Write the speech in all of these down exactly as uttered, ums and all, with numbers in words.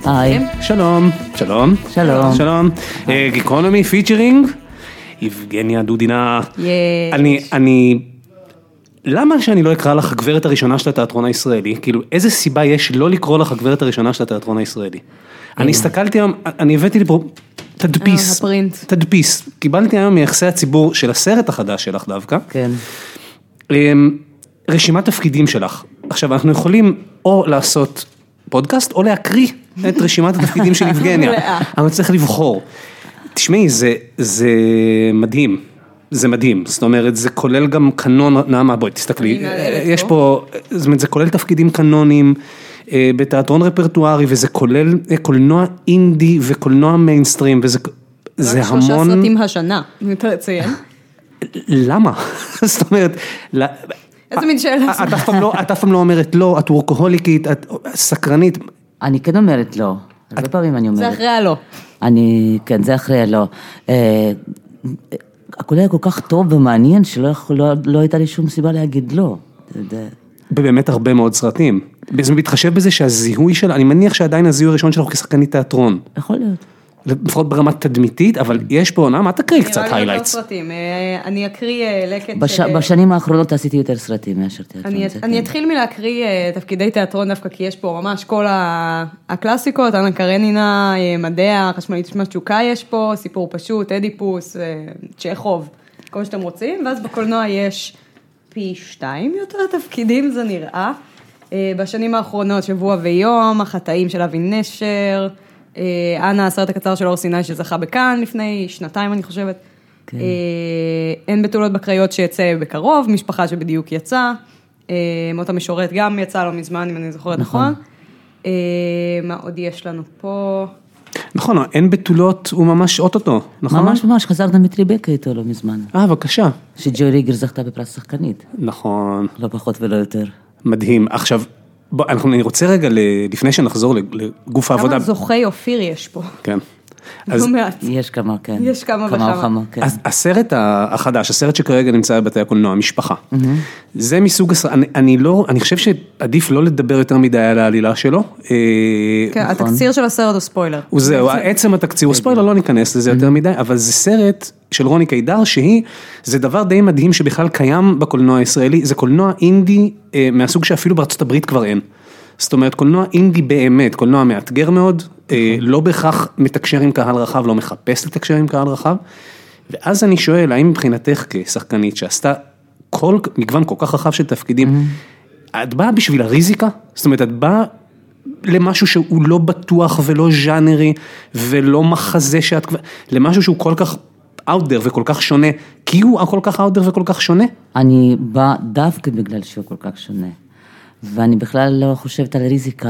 היי. שלום. שלום. שלום. שלום. גיקונומי פיצ'רינג, יבגניה דודינה. אני, אני, למה שאני לא אקרא לך הגברת הראשונה של התיאטרון הישראלי? כאילו, איזה סיבה יש לא לקרוא לך הגברת הראשונה של התיאטרון הישראלי? אני הסתכלתי היום, אני הבאתי לי פה תדפיס. הפרינט. תדפיס. קיבלתי היום מיחסי הציבור של הסרט החדש שלך דווקא. כן. רשימת תפקידים שלך. עכשיו, אנחנו יכולים או לעשות פודקאסט, או להקריא את רשימת התפקידים של יבגניה. אבל צריך לבחור. תשמעי, זה, זה מדהים. זה מדהים. זאת אומרת, זה כולל גם קנון, נעמה, בואי, תסתכלי. יש פה, זאת אומרת, זה כולל תפקידים קנונים, בתיאטרון רפרטוארי, וזה כולל קולנוע אינדי וקולנוע מיינסטרים, וזה זה המון... רק שלושה סרטים השנה, אני יותר אציין. למה? זאת אומרת, איזה מין שאלה. את אף פעם לא אומרת לא, את וורקוהוליקית, את סקרנית. אני כן אומרת לא, הרבה פעמים אני אומרת. זה אחרי הלא. אני, כן, זה אחרי הלא. הכל היה כל כך טוב ומעניין, שלא הייתה לי שום סיבה להגיד לא. באמת הרבה מאוד סרטים. זה מתחשב בזה שהזיהוי שלה, אני מניח שעדיין הזיהוי הראשון שלך כשחקנית תיאטרון. יכול להיות. לפחות ברמת תדמיתית, אבל יש פה, מה תקריא קצת היילייטס? אני אקריא לקט... בשנים האחרונות עשיתי יותר סרטים מאשר תיאטרון. אני אתחיל מלהקריא תפקידי תיאטרון דווקא, כי יש פה ממש כל הקלאסיקות, אנה קרנינה, מדע, חשמלית משוקה יש פה, סיפור פשוט, אדיפוס, צ'כוב, כל מה שאתם רוצים, ואז בקולנוע יש פי שתיים יותר תפקידים, זה נראה. בשנים האחרונות, שבוע ויום, החטאים של אבי נשר, אנה, הסרט הקצר של אור סיני שזכה בכאן לפני שנתיים אני חושבת. כן. אין בתולות בקריות שיצא בקרוב, משפחה שבדיוק יצא, מות המשוררת גם יצא לא מזמן אם אני זוכרת נכון. נכון. מה עוד יש לנו פה? נכון, אין בתולות הוא ממש אוטוטו, נכון? ממש ממש, חזרנו מטריבקה איתו לא מזמן. אה, בבקשה. שג'וי ריגר זכתה בפרס שחקנית. נכון. לא פחות ולא יותר. מדהים. עכשיו, בוא, אני רוצה רגע, לפני שנחזור לגוף העבודה. כמה זוכי אופיר יש פה. כן. לא מעט. יש כמה, כן. יש כמה וכמה. כן. אז הסרט החדש, הסרט שכרגע נמצא בבתי הקולנוע, המשפחה. זה מסוג, אני לא, אני חושב שעדיף לא לדבר יותר מדי על העלילה שלו. כן, התקציר של הסרט הוא ספוילר. זהו, עצם התקציר הוא ספוילר, לא ניכנס לזה יותר מדי, אבל זה סרט של רוני קידר, שהיא, זה דבר די מדהים שבכלל קיים בקולנוע הישראלי, זה קולנוע אינדי מהסוג שאפילו בארצות הברית כבר אין. זאת אומרת, קולנוע אינדי באמת, קולנוע מאתגר מאוד, לא בהכרח מתקשר עם קהל רחב, לא מחפש לתקשר עם קהל רחב, ואז אני שואל, האם מבחינתך כשחקנית שעשתה כל, מגוון כל כך רחב של תפקידים, את באה בשביל הריזיקה? זאת אומרת, את באה למשהו שהוא לא בטוח ולא ז'אנרי, ולא מחזה שאת כבר, למשהו שהוא כל כך out there וכל כך שונה, כי הוא כל כך out there וכל כך שונה? אני באה דווקא בגלל שהוא כל כך שונה. ואני בכלל לא חושבת על ריזיקה.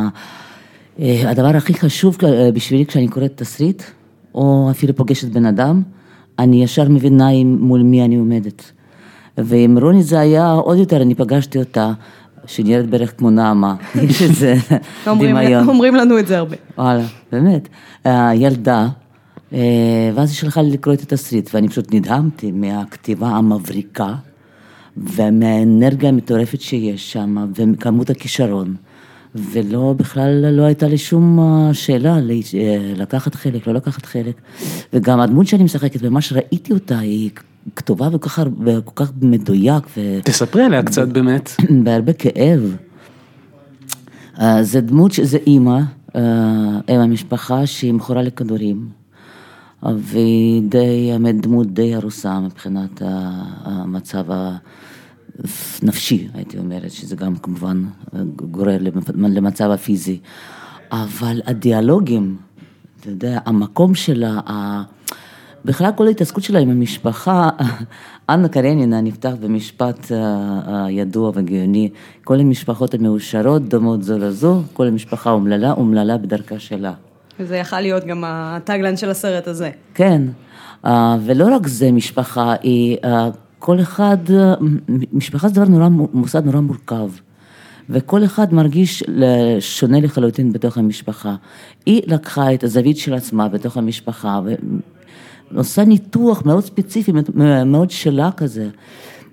הדבר הכי חשוב בשבילי כשאני קוראת תסריט, או אפילו פוגשת בן אדם, אני ישר מבינה מול מי אני עומדת. ועם רוני זה היה עוד יותר, אני פגשתי אותה, שנראית בערך כמו נעמה. יש את זה דמיון. אומרים לנו את זה הרבה. וואלה, באמת. ילדה, ואז היא שלחה לי לקרוא את התסריט, ואני פשוט נדהמתי מהכתיבה המבריקה, ומהאנרגיה המטורפת שיש שם, וכמות הכישרון, ולא, בכלל לא הייתה לי שום שאלה לקחת חלק, לא לקחת חלק, וגם הדמות שאני משחקת, ומה שראיתי אותה, היא כתובה וכל כך מדויק. תספרי עליה קצת באמת. בהרבה כאב. זה דמות, זה אימא, אם המשפחה שהיא מכורה לכדורים, והיא די, דמות די הרוסה מבחינת המצב הנפשי, הייתי אומרת, שזה גם כמובן גורר למצב הפיזי. אבל הדיאלוגים, אתה יודע, המקום שלה, בכלל כל ההתעסקות שלה עם המשפחה, אנה קרנינה נפתח במשפט ידוע וגאוני, כל המשפחות המאושרות דומות זו לזו, כל המשפחה אומללה, אומללה בדרכה שלה. וזה יכל להיות גם הטאגלן של הסרט הזה. כן, ולא רק זה משפחה, היא, כל אחד, משפחה זה דבר נורא, מוסד נורא מורכב, וכל אחד מרגיש שונה לחלוטין בתוך המשפחה. היא לקחה את הזווית של עצמה בתוך המשפחה, ועושה ניתוח מאוד ספציפי, מאוד שלה כזה,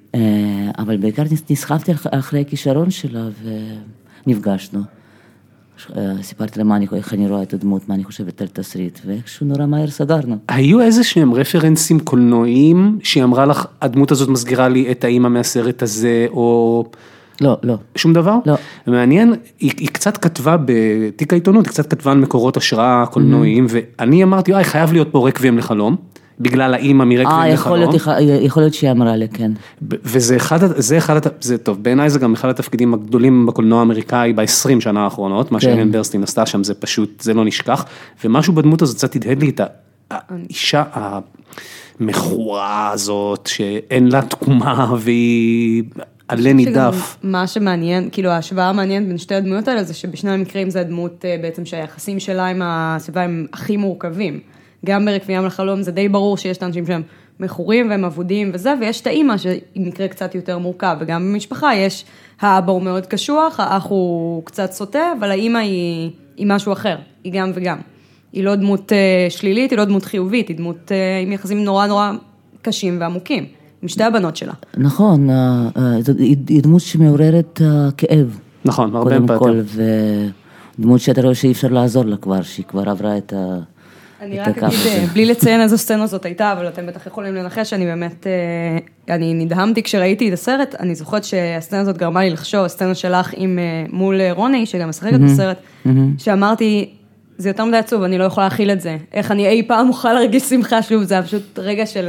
אבל בעיקר נסחפתי אחרי הכישרון שלה ונפגשנו. סיפרתי לה איך אני רואה את הדמות, מה אני חושבת על תסריט, ואיכשהו נורא מהר סגרנו. היו איזה שהם רפרנסים קולנועיים, שהיא אמרה לך, הדמות הזאת מסגירה לי את האמא מהסרט הזה, או... לא, לא. שום דבר? לא. מעניין, היא, היא קצת כתבה בתיק העיתונות, היא קצת כתבה על מקורות השראה קולנועיים, ואני אמרתי, אוי, חייב להיות פה רקבים לחלום, בגלל האמא מרקבים לחלום. אה, יכול להיות שהיא אמרה לי, כן. וזה אחד, זה אחד, זה טוב, בעיניי זה גם אחד התפקידים הגדולים בקולנוע האמריקאי ב-עשרים שנה האחרונות, מה שאלן ברסטין עשתה שם, זה פשוט, זה לא נשכח, ומשהו בדמות הזאת קצת הדהד לי את האישה המכורה הזאת, שאין לה תקומה, והיא עלה נידף. מה שמעניין, כאילו ההשוואה המעניינת בין שתי הדמויות האלה, זה שבשני המקרים זה הדמות בעצם שהיחסים שלה עם הסביבה הם הכי מורכבים. גם ברקבים לחלום זה די ברור שיש את האנשים שהם מכורים והם עבודים וזה, ויש את האמא שהיא מקרה קצת יותר מורכב, וגם במשפחה יש, האבא הוא מאוד קשוח, האח הוא קצת סוטה, אבל האמא היא, היא משהו אחר, היא גם וגם. היא לא דמות שלילית, היא לא דמות חיובית, היא דמות עם יחסים נורא נורא קשים ועמוקים, עם שתי הבנות שלה. נכון, היא דמות שמעוררת כאב. נכון, הרבה אמפתיה. קודם כל, ודמות שאתה רואה שאי אפשר לעזור לה כבר, שהיא כבר עברה את ה... אני רק אגיד, בלי לציין איזו סצנה זאת הייתה, אבל אתם בטח יכולים לנחש שאני באמת, אני נדהמתי כשראיתי את הסרט, אני זוכרת שהסצנה הזאת גרמה לי לחשוב, הסצנה שלך עם מול רוני, שגם משחקת בסרט, שאמרתי, זה יותר מדי עצוב, אני לא יכולה להכיל את זה, איך אני אי פעם אוכל להרגיש שמחה שוב, זה היה פשוט רגע של,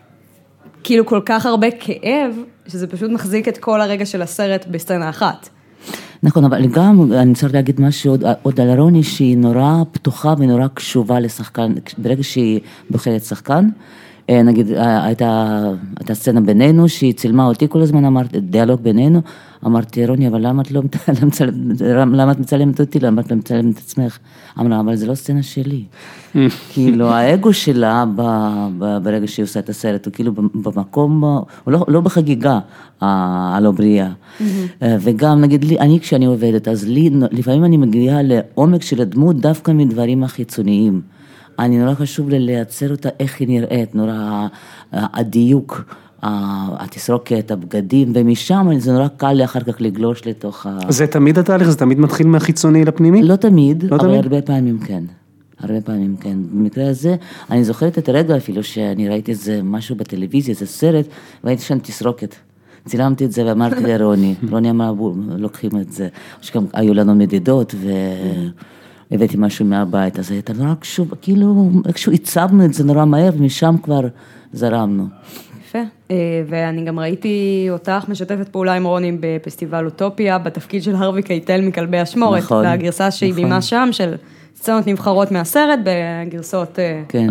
כאילו כל כך הרבה כאב, שזה פשוט מחזיק את כל הרגע של הסרט בסצנה אחת. נכון, אבל גם אני צריך להגיד משהו עוד, עוד על רוני, שהיא נורא פתוחה ונורא קשובה לשחקן, ברגע שהיא בוחרת שחקן, נגיד, הייתה, הייתה סצנה בינינו, שהיא צילמה אותי כל הזמן, אמרתי, דיאלוג בינינו, אמרתי, רוני, אבל למה את לא למה את מצלמת אותי, למה את לא מצלמת את עצמך? אמרה, אבל זה לא סצנה שלי. כאילו, האגו שלה, ברגע שהיא עושה את הסרט, הוא כאילו במקום, הוא לא בחגיגה הלא בריאה. וגם, נגיד, אני כשאני עובדת, אז לי, לפעמים אני מגיעה לעומק של הדמות, דווקא מדברים החיצוניים. אני נורא חשוב לי לייצר אותה, איך היא נראית, נורא הדיוק, התסרוקת, הבגדים, ומשם זה נורא קל לי אחר כך לגלוש לתוך ה... זה תמיד התהליך, זה תמיד מתחיל מהחיצוני לפנימי? לא תמיד, לא אבל תמיד? הרבה פעמים כן. הרבה פעמים כן. במקרה הזה, אני זוכרת את הרגע אפילו שאני ראיתי איזה משהו בטלוויזיה, איזה סרט, והייתי שם תסרוקת. צילמתי את זה ואמרתי לרוני, רוני אמרה, לוקחים את זה, שגם היו לנו מדידות ו... הבאתי משהו מהבית, אז הייתה נורא קשוב, כאילו, איכשהו הצבנו את זה נורא מהר, ומשם כבר זרמנו. יפה, ואני גם ראיתי אותך משתפת פעולה עם רוני בפסטיבל אוטופיה, בתפקיד של הרווי קייטל מכלבי השמורת, נכון, והגרסה שהיא נכון. בימה שם, של סצנות נבחרות מהסרט, בגרסות כן.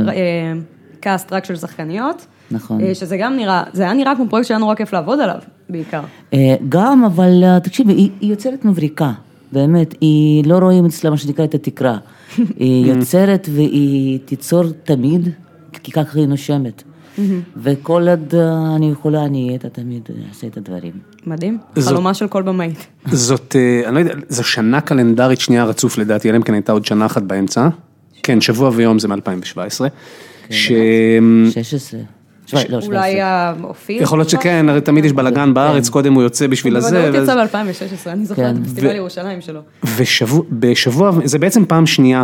קאסט רק של שחקניות, נכון. שזה גם נראה, זה היה נראה כמו פרויקט שהיה נורא כיף לעבוד עליו, בעיקר. גם, אבל תקשיב, היא, היא יוצרת מבריקה. באמת, היא לא רואים אצלה מה שנקרא את התקרה, היא יוצרת והיא תיצור תמיד, כי ככה היא נושמת, וכל עד אני יכולה, אני אהיה תמיד, אעשה את הדברים. מדהים, חלומה של כל במאית. זאת, אני לא יודע, זו שנה קלנדרית שנייה רצוף לדעתי, אלא אם כן הייתה עוד שנה אחת באמצע, כן, שבוע ויום זה מ-אלפיים שבע עשרה, שש עשרה. אולי האופיר? יכול להיות שכן, הרי תמיד יש בלגן בארץ, קודם הוא יוצא בשביל הזה. בוודאות יצא ב-אלפיים ושש עשרה, אני זוכרת את פסטיבל ירושלים שלו. ובשבוע, זה בעצם פעם שנייה,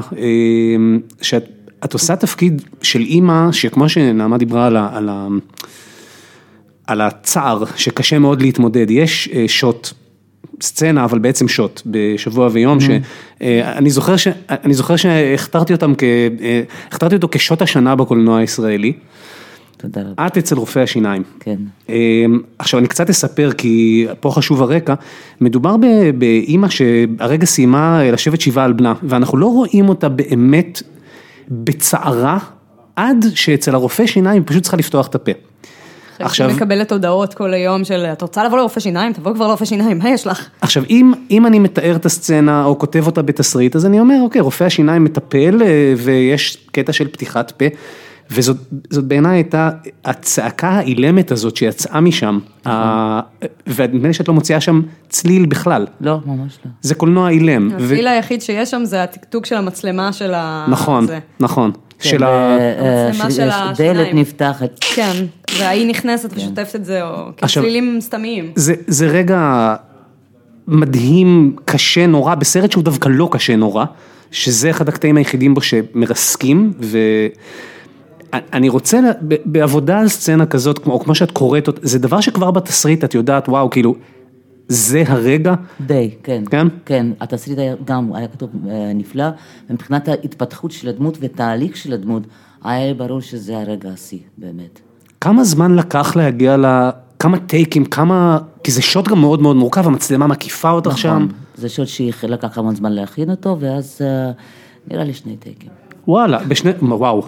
שאת עושה תפקיד של אימא, שכמו שנעמה דיברה על על הצער, שקשה מאוד להתמודד, יש שוט, סצנה, אבל בעצם שוט, בשבוע ויום, שאני זוכר ש, אני זוכר שהכתרתי אותם כ, הכתרתי אותו כשוט השנה בקולנוע הישראלי. תודה רבה. את אצל רופאי השיניים. כן. עכשיו אני קצת אספר, כי פה חשוב הרקע, מדובר באמא שהרגע סיימה לשבת שבעה על בנה, ואנחנו לא רואים אותה באמת בצערה, עד שאצל הרופא שיניים פשוט צריכה לפתוח את הפה. עכשיו, מקבלת הודעות כל היום של, את רוצה לבוא לרופא שיניים? תבוא כבר לרופא שיניים, מה יש לך? עכשיו, אם, אם אני מתאר את הסצנה, או כותב אותה בתסריט, אז אני אומר, אוקיי, רופא השיניים מטפל, ויש קטע של פתיחת פה, וזאת, זאת בעיניי הייתה הצעקה האילמת הזאת שיצאה משם, ונדמה לי שאת לא מוציאה שם צליל בכלל. לא, ממש לא. זה קולנוע אילם. הצליל היחיד שיש שם זה הטקטוק של המצלמה של ה... נכון, נכון. של המצלמה של השיניים. דלת נפתחת. כן, והיא נכנסת ושוטפת את זה, או כצלילים סתמיים. זה רגע מדהים, קשה נורא, בסרט שהוא דווקא לא קשה נורא, שזה אחד הקטעים היחידים בו שמרסקים, ואני רוצה, בעבודה על סצנה כזאת, או כמו שאת קוראת, זה דבר שכבר בתסריט את יודעת, וואו, כאילו, זה הרגע? די, כן. כן? כן, התסריט היה גם, היה כתוב נפלא, מבחינת ההתפתחות של הדמות ותהליך של הדמות, היה ברור שזה הרגע השיא, באמת. כמה זמן לקח להגיע ל... כמה טייקים, כמה... כי זה שוט גם מאוד מאוד מורכב, המצלמה מקיפה אותך נכון, שם. זה שוט שלקח המון זמן להכין אותו, ואז נראה לי שני טייקים. וואלה, בשני... וואו.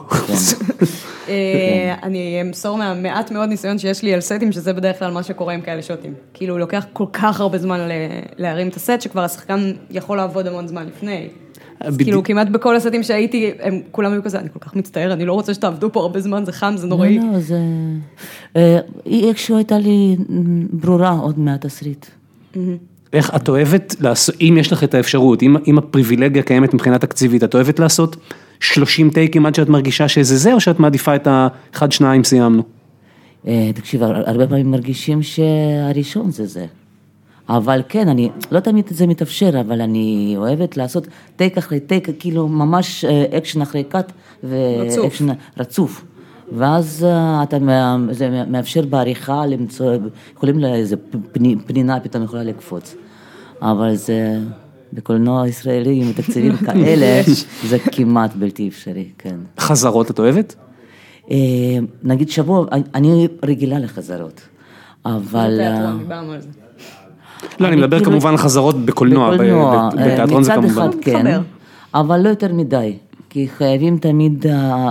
אני אמסור מהמעט מאוד ניסיון שיש לי על סטים, שזה בדרך כלל מה שקורה עם כאלה שוטים. כאילו, הוא לוקח כל כך הרבה זמן להרים את הסט, שכבר השחקן יכול לעבוד המון זמן לפני. כאילו, כמעט בכל הסטים שהייתי, הם כולם היו כזה, אני כל כך מצטער, אני לא רוצה שתעבדו פה הרבה זמן, זה חם, זה נוראי. לא, לא, זה... איכשהו הייתה לי ברורה עוד מהתסריט. איך את אוהבת, אם יש לך את האפשרות, אם הפריבילגיה קיימת מבחינה תקציבית, את אוהבת לעשות שלושים טייקים עד שאת מרגישה שזה זה, או שאת מעדיפה את האחד, שניים, סיימנו? תקשיב, הרבה פעמים מרגישים שהראשון זה זה. אבל כן, אני, לא תמיד זה מתאפשר, אבל אני אוהבת לעשות טייק אחרי טייק, כאילו ממש אקשן אחרי קאט, ואקשן רצוף. ואז אתה, זה מאפשר בעריכה למצוא, יכולים לאיזה פנינה פתאום יכולה לקפוץ. אבל זה, בקולנוע הישראלי, עם תקצירים כאלה, זה כמעט בלתי אפשרי, כן. חזרות את אוהבת? נגיד שבוע, אני רגילה לחזרות, אבל... זה תיאטרון, דיברנו על זה. לא, אני מדבר כמובן על חזרות בקולנוע, בתיאטרון זה כמובן. מצד אחד כן, אבל לא יותר מדי, כי חייבים תמיד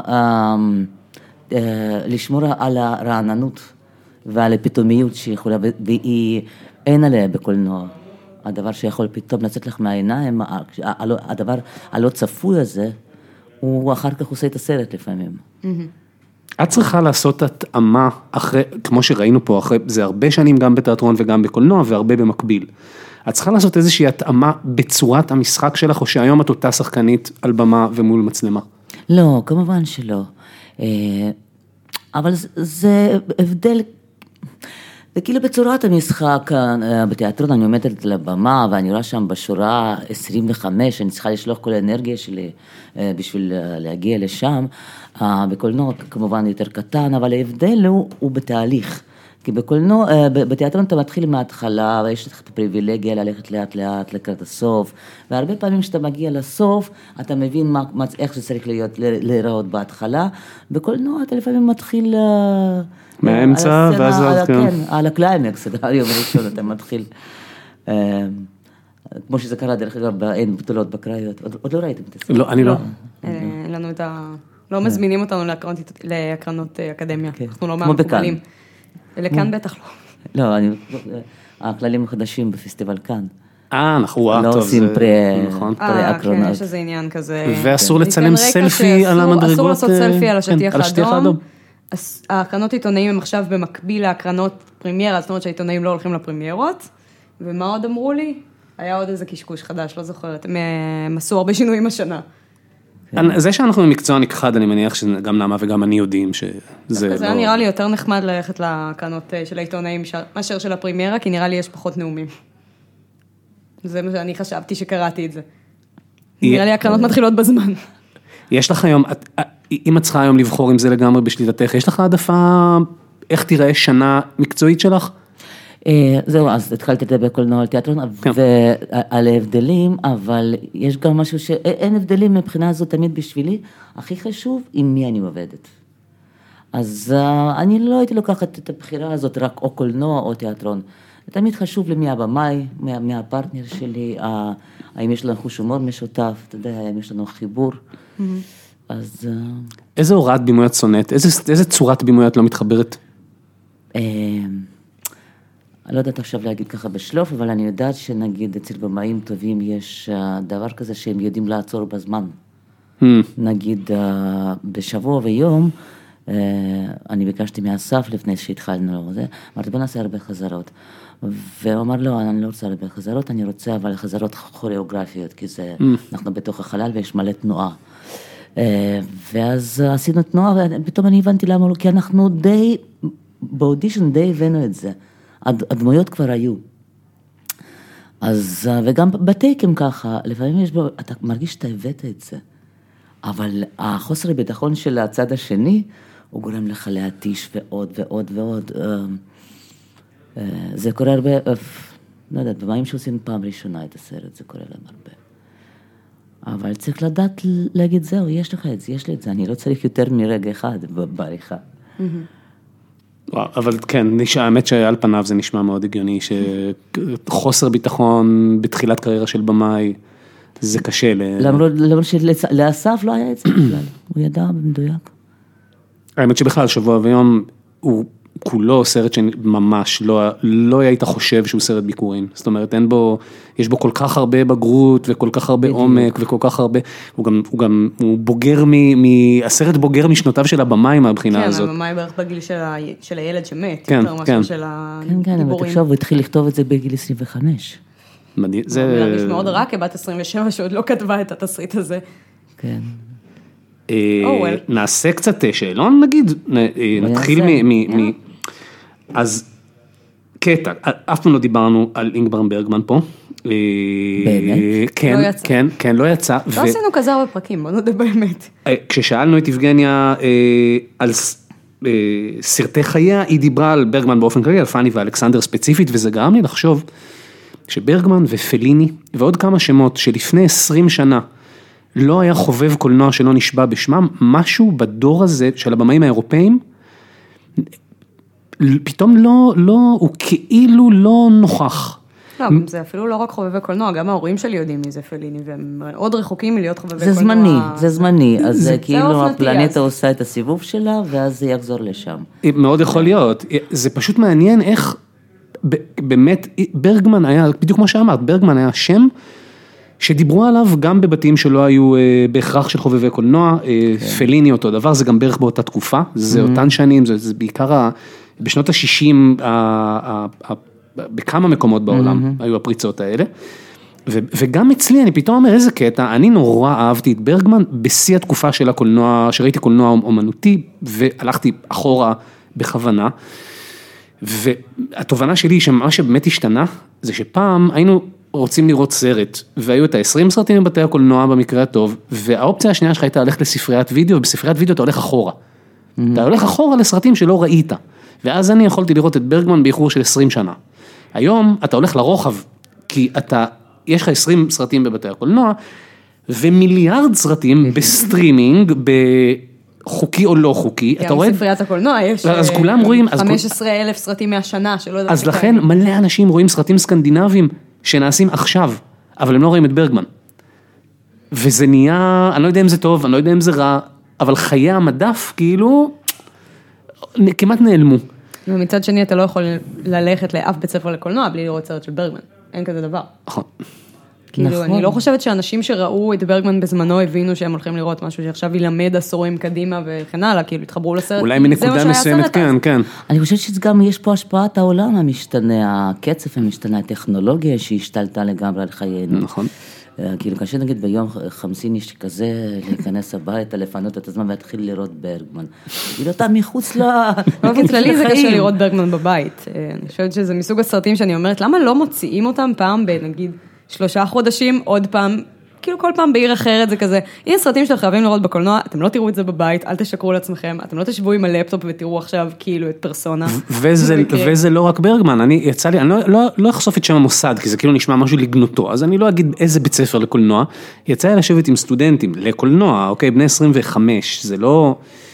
לשמור על הרעננות ועל הפתאומיות שיכולה, והיא אין עליה בקולנוע. הדבר שיכול פתאום לצאת לך מהעיניים, הדבר הלא צפוי הזה, הוא אחר כך עושה את הסרט לפעמים. את צריכה לעשות התאמה, אחרי, כמו שראינו פה, אחרי, זה הרבה שנים גם בתיאטרון וגם בקולנוע, והרבה במקביל. את צריכה לעשות איזושהי התאמה בצורת המשחק שלך, או שהיום את אותה שחקנית על במה ומול מצלמה? לא, כמובן שלא. אבל זה הבדל, זה כאילו בצורת המשחק בתיאטרון, אני עומדת על הבמה, ואני רואה שם בשורה עשרים וחמש, אני צריכה לשלוח כל האנרגיה שלי בשביל להגיע לשם. בקולנוע כמובן יותר קטן, אבל ההבדל הוא, הוא בתהליך. כי בקולנוע, בתיאטרון אתה מתחיל מההתחלה, ויש לך את הפריבילגיה ללכת לאט לאט לקראת הסוף, והרבה פעמים כשאתה מגיע לסוף, אתה מבין מה, איך זה צריך להיות, להיראות בהתחלה. בקולנוע אתה לפעמים מתחיל... מהאמצע, ואז... על, כן, על הקליימקס, היום הראשון אתה מתחיל... כמו שזה קרה דרך אגב, אין בתולות בקראיות. עוד, עוד לא ראיתם את זה? לא, אני לא. אין לנו את ה... לא מזמינים אותנו להקרנות אקדמיה, אנחנו לא מהמקובלים. לכאן בטח לא. לא, אני... הכללים החדשים בפסטיבל כאן. אה, נכון, וואו, טוב. לא עושים פרי-אקרונות. אה, כן, יש איזה עניין כזה. ואסור לצלם סלפי על המדרגות. אסור לעשות סלפי על השטיח האדום. ההקרנות עיתונאים הם עכשיו במקביל להקרנות פרימיירה, זאת אומרת שהעיתונאים לא הולכים לפרימיירות. ומה עוד אמרו לי? היה עוד איזה קשקוש חדש, לא זוכרת. הם עשו הרבה שינויים השנה. זה שאנחנו במקצוע נכחד, אני מניח שגם נעמה וגם אני יודעים שזה לא... זה נראה לי יותר נחמד ללכת להקרנות של העיתונאים מאשר של הפרימיירה, כי נראה לי יש פחות נאומים. זה מה שאני חשבתי שקראתי את זה. נראה לי הקרנות מתחילות בזמן. יש לך היום, אם את צריכה היום לבחור אם זה לגמרי בשליטתך, יש לך העדפה, איך תראה שנה מקצועית שלך? זהו, אז התחלתי לדבר בקולנוע על תיאטרון, ועל ההבדלים, אבל יש גם משהו שאין הבדלים מבחינה הזאת תמיד בשבילי, הכי חשוב עם מי אני עובדת. אז אני לא הייתי לוקחת את הבחירה הזאת רק או קולנוע או תיאטרון. תמיד חשוב לי מי הבמאי, מי הפרטנר שלי, האם יש לנו חוש הומור משותף, אתה יודע, האם יש לנו חיבור. אז... איזה הוראת בימוי את שונאת? איזה צורת בימוי את לא מתחברת? אני לא יודעת עכשיו להגיד ככה בשלוף, אבל אני יודעת שנגיד אצל במאים טובים יש דבר כזה שהם יודעים לעצור בזמן. Hmm. נגיד בשבוע ויום, אני ביקשתי מאסף לפני שהתחלנו לזה, אמרתי בוא נעשה הרבה חזרות. והוא אמר לא, אני לא רוצה הרבה חזרות, אני רוצה אבל חזרות כוריאוגרפיות, כי זה, hmm. אנחנו בתוך החלל ויש מלא תנועה. ואז עשינו תנועה, ופתאום אני הבנתי למה לא, כי אנחנו די, באודישן די הבאנו את זה. הדמויות כבר היו. אז, וגם בטייקים ככה, לפעמים יש בו, אתה מרגיש שאתה הבאת את זה, אבל החוסר הביטחון של הצד השני, הוא גורם לך להתיש ועוד ועוד ועוד. זה קורה הרבה, לא יודעת, במים שעושים פעם ראשונה את הסרט, זה קורה להם הרבה. אבל צריך לדעת להגיד, זהו, יש לך את זה, יש לי את זה, אני לא צריך יותר מרגע אחד בעריכה. אבל כן, האמת שעל פניו זה נשמע מאוד הגיוני, שחוסר ביטחון בתחילת קריירה של במאי, זה קשה. למרות שלאסף לא היה את זה בכלל, הוא ידע במדויק. האמת שבכלל, שבוע ויום, הוא כולו סרט שממש לא, לא היית חושב שהוא סרט ביקורים. זאת אומרת, אין בו, יש בו כל כך הרבה בגרות, וכל כך הרבה עומק, וכל כך הרבה, הוא גם, הוא גם, הוא בוגר מ, מ, הסרט בוגר משנותיו של הבמאי מהבחינה הזאת. כן, הבמאי בערך בגיל של, ה, של הילד שמת, כן, יותר כן. משהו של הדיבורים. כן, כן, אבל תחשוב, הוא התחיל לכתוב את זה בגיל עשרים וחמש. מדהים, זה... הוא מרגיש מאוד רע, כבת עשרים ושבע, שעוד לא כתבה את התסריט הזה. כן. נעשה קצת שאלון, נגיד, נתחיל מ... אז קטע, אף פעם לא דיברנו על אינגמר ברגמן פה. באמת? כן, כן, כן, לא יצא. לא עשינו כזה הרבה פרקים, בוא נודה באמת. כששאלנו את יבגניה על סרטי חייה, היא דיברה על ברגמן באופן כללי, על פני ואלכסנדר ספציפית, וזה גרם לי לחשוב שברגמן ופליני ועוד כמה שמות שלפני עשרים שנה לא היה חובב קולנוע שלא נשבע בשמם, משהו בדור הזה של הבמאים האירופאים, פתאום לא, לא, הוא כאילו לא נוכח. לא, זה אפילו לא רק חובבי קולנוע, גם ההורים שלי יודעים מי זה פליני, והם מאוד רחוקים מלהיות חובבי קולנוע. זה זמני, זה זמני, אז זה כאילו הפלנטה עושה את הסיבוב שלה, ואז זה יחזור לשם. מאוד יכול להיות, זה פשוט מעניין איך, באמת, ברגמן היה, בדיוק כמו שאמרת, ברגמן היה שם, שדיברו עליו גם בבתים שלא היו בהכרח של חובבי קולנוע, פליני אותו דבר, זה גם בערך באותה תקופה, זה אותן שנים, זה בעיקר בשנות ה-שישים, בכמה מקומות בעולם היו הפריצות האלה, וגם אצלי אני פתאום אומר איזה קטע, אני נורא אהבתי את ברגמן בשיא התקופה של הקולנוע, שראיתי קולנוע אומנותי, והלכתי אחורה בכוונה, והתובנה שלי שמה שבאמת השתנה, זה שפעם היינו רוצים לראות סרט, והיו את ה-עשרים סרטים בבתי הקולנוע במקרה הטוב, והאופציה השנייה שלך הייתה ללכת לספריית וידאו, ובספריית וידאו אתה הולך אחורה. אתה הולך אחורה לסרטים שלא ראית, ואז אני יכולתי לראות את ברגמן באיחור של עשרים שנה. היום אתה הולך לרוחב, כי אתה, יש לך עשרים סרטים בבתי הקולנוע, ומיליארד סרטים בסטרימינג, בחוקי או לא חוקי, אתה רואה? גם בספריית הקולנוע יש אז כולם רואים, חמישה עשר אלף סרטים מהשנה, שלא יודעת. אז לכן מלא אנשים רואים סרטים סקנדינביים, שנעשים עכשיו, אבל הם לא רואים את ברגמן. וזה נהיה, אני לא יודע אם זה טוב, אני לא יודע אם זה רע, אבל חיי המדף כאילו, כמעט נעלמו. ומצד שני אתה לא יכול ללכת לאף בית ספר לקולנוע, בלי לראות סרט של ברגמן. אין כזה דבר. נכון. כאילו, אני לא חושבת שאנשים שראו את ברגמן בזמנו, הבינו שהם הולכים לראות משהו שעכשיו ילמד עשורים קדימה וכן הלאה, כאילו, התחברו לסרט. אולי מנקודה מסוימת, כן, כן. אני חושבת שגם יש פה השפעת העולם המשתנה, הקצב המשתנה, הטכנולוגיה שהשתלטה לגמרי על חיינו. נכון. כאילו, קשה נגיד ביום חמסין יש כזה, להיכנס הביתה, לפנות את הזמן ולהתחיל לראות ברגמן. כאילו, אתה מחוץ ל... באופן כללי זה קשה לראות ברגמן בבית. אני חושבת שזה מסוג הסרטים שאני אומרת, למה לא מוציאים אותם פעם בנגיד שלושה חודשים, עוד פעם, כאילו כל פעם בעיר אחרת זה כזה, הנה סרטים שאתם חייבים לראות בקולנוע, אתם לא תראו את זה בבית, אל תשקרו לעצמכם, אתם לא תשבו עם הלפטופ ותראו עכשיו כאילו את פרסונה. וזה, וזה לא רק ברגמן, אני יצא לי, אני לא, לא, לא אחשוף את שם המוסד, כי זה כאילו נשמע משהו לגנותו, אז אני לא אגיד איזה בית ספר לקולנוע, יצא לי לשבת עם סטודנטים לקולנוע, אוקיי, בני עשרים וחמש, זה לא...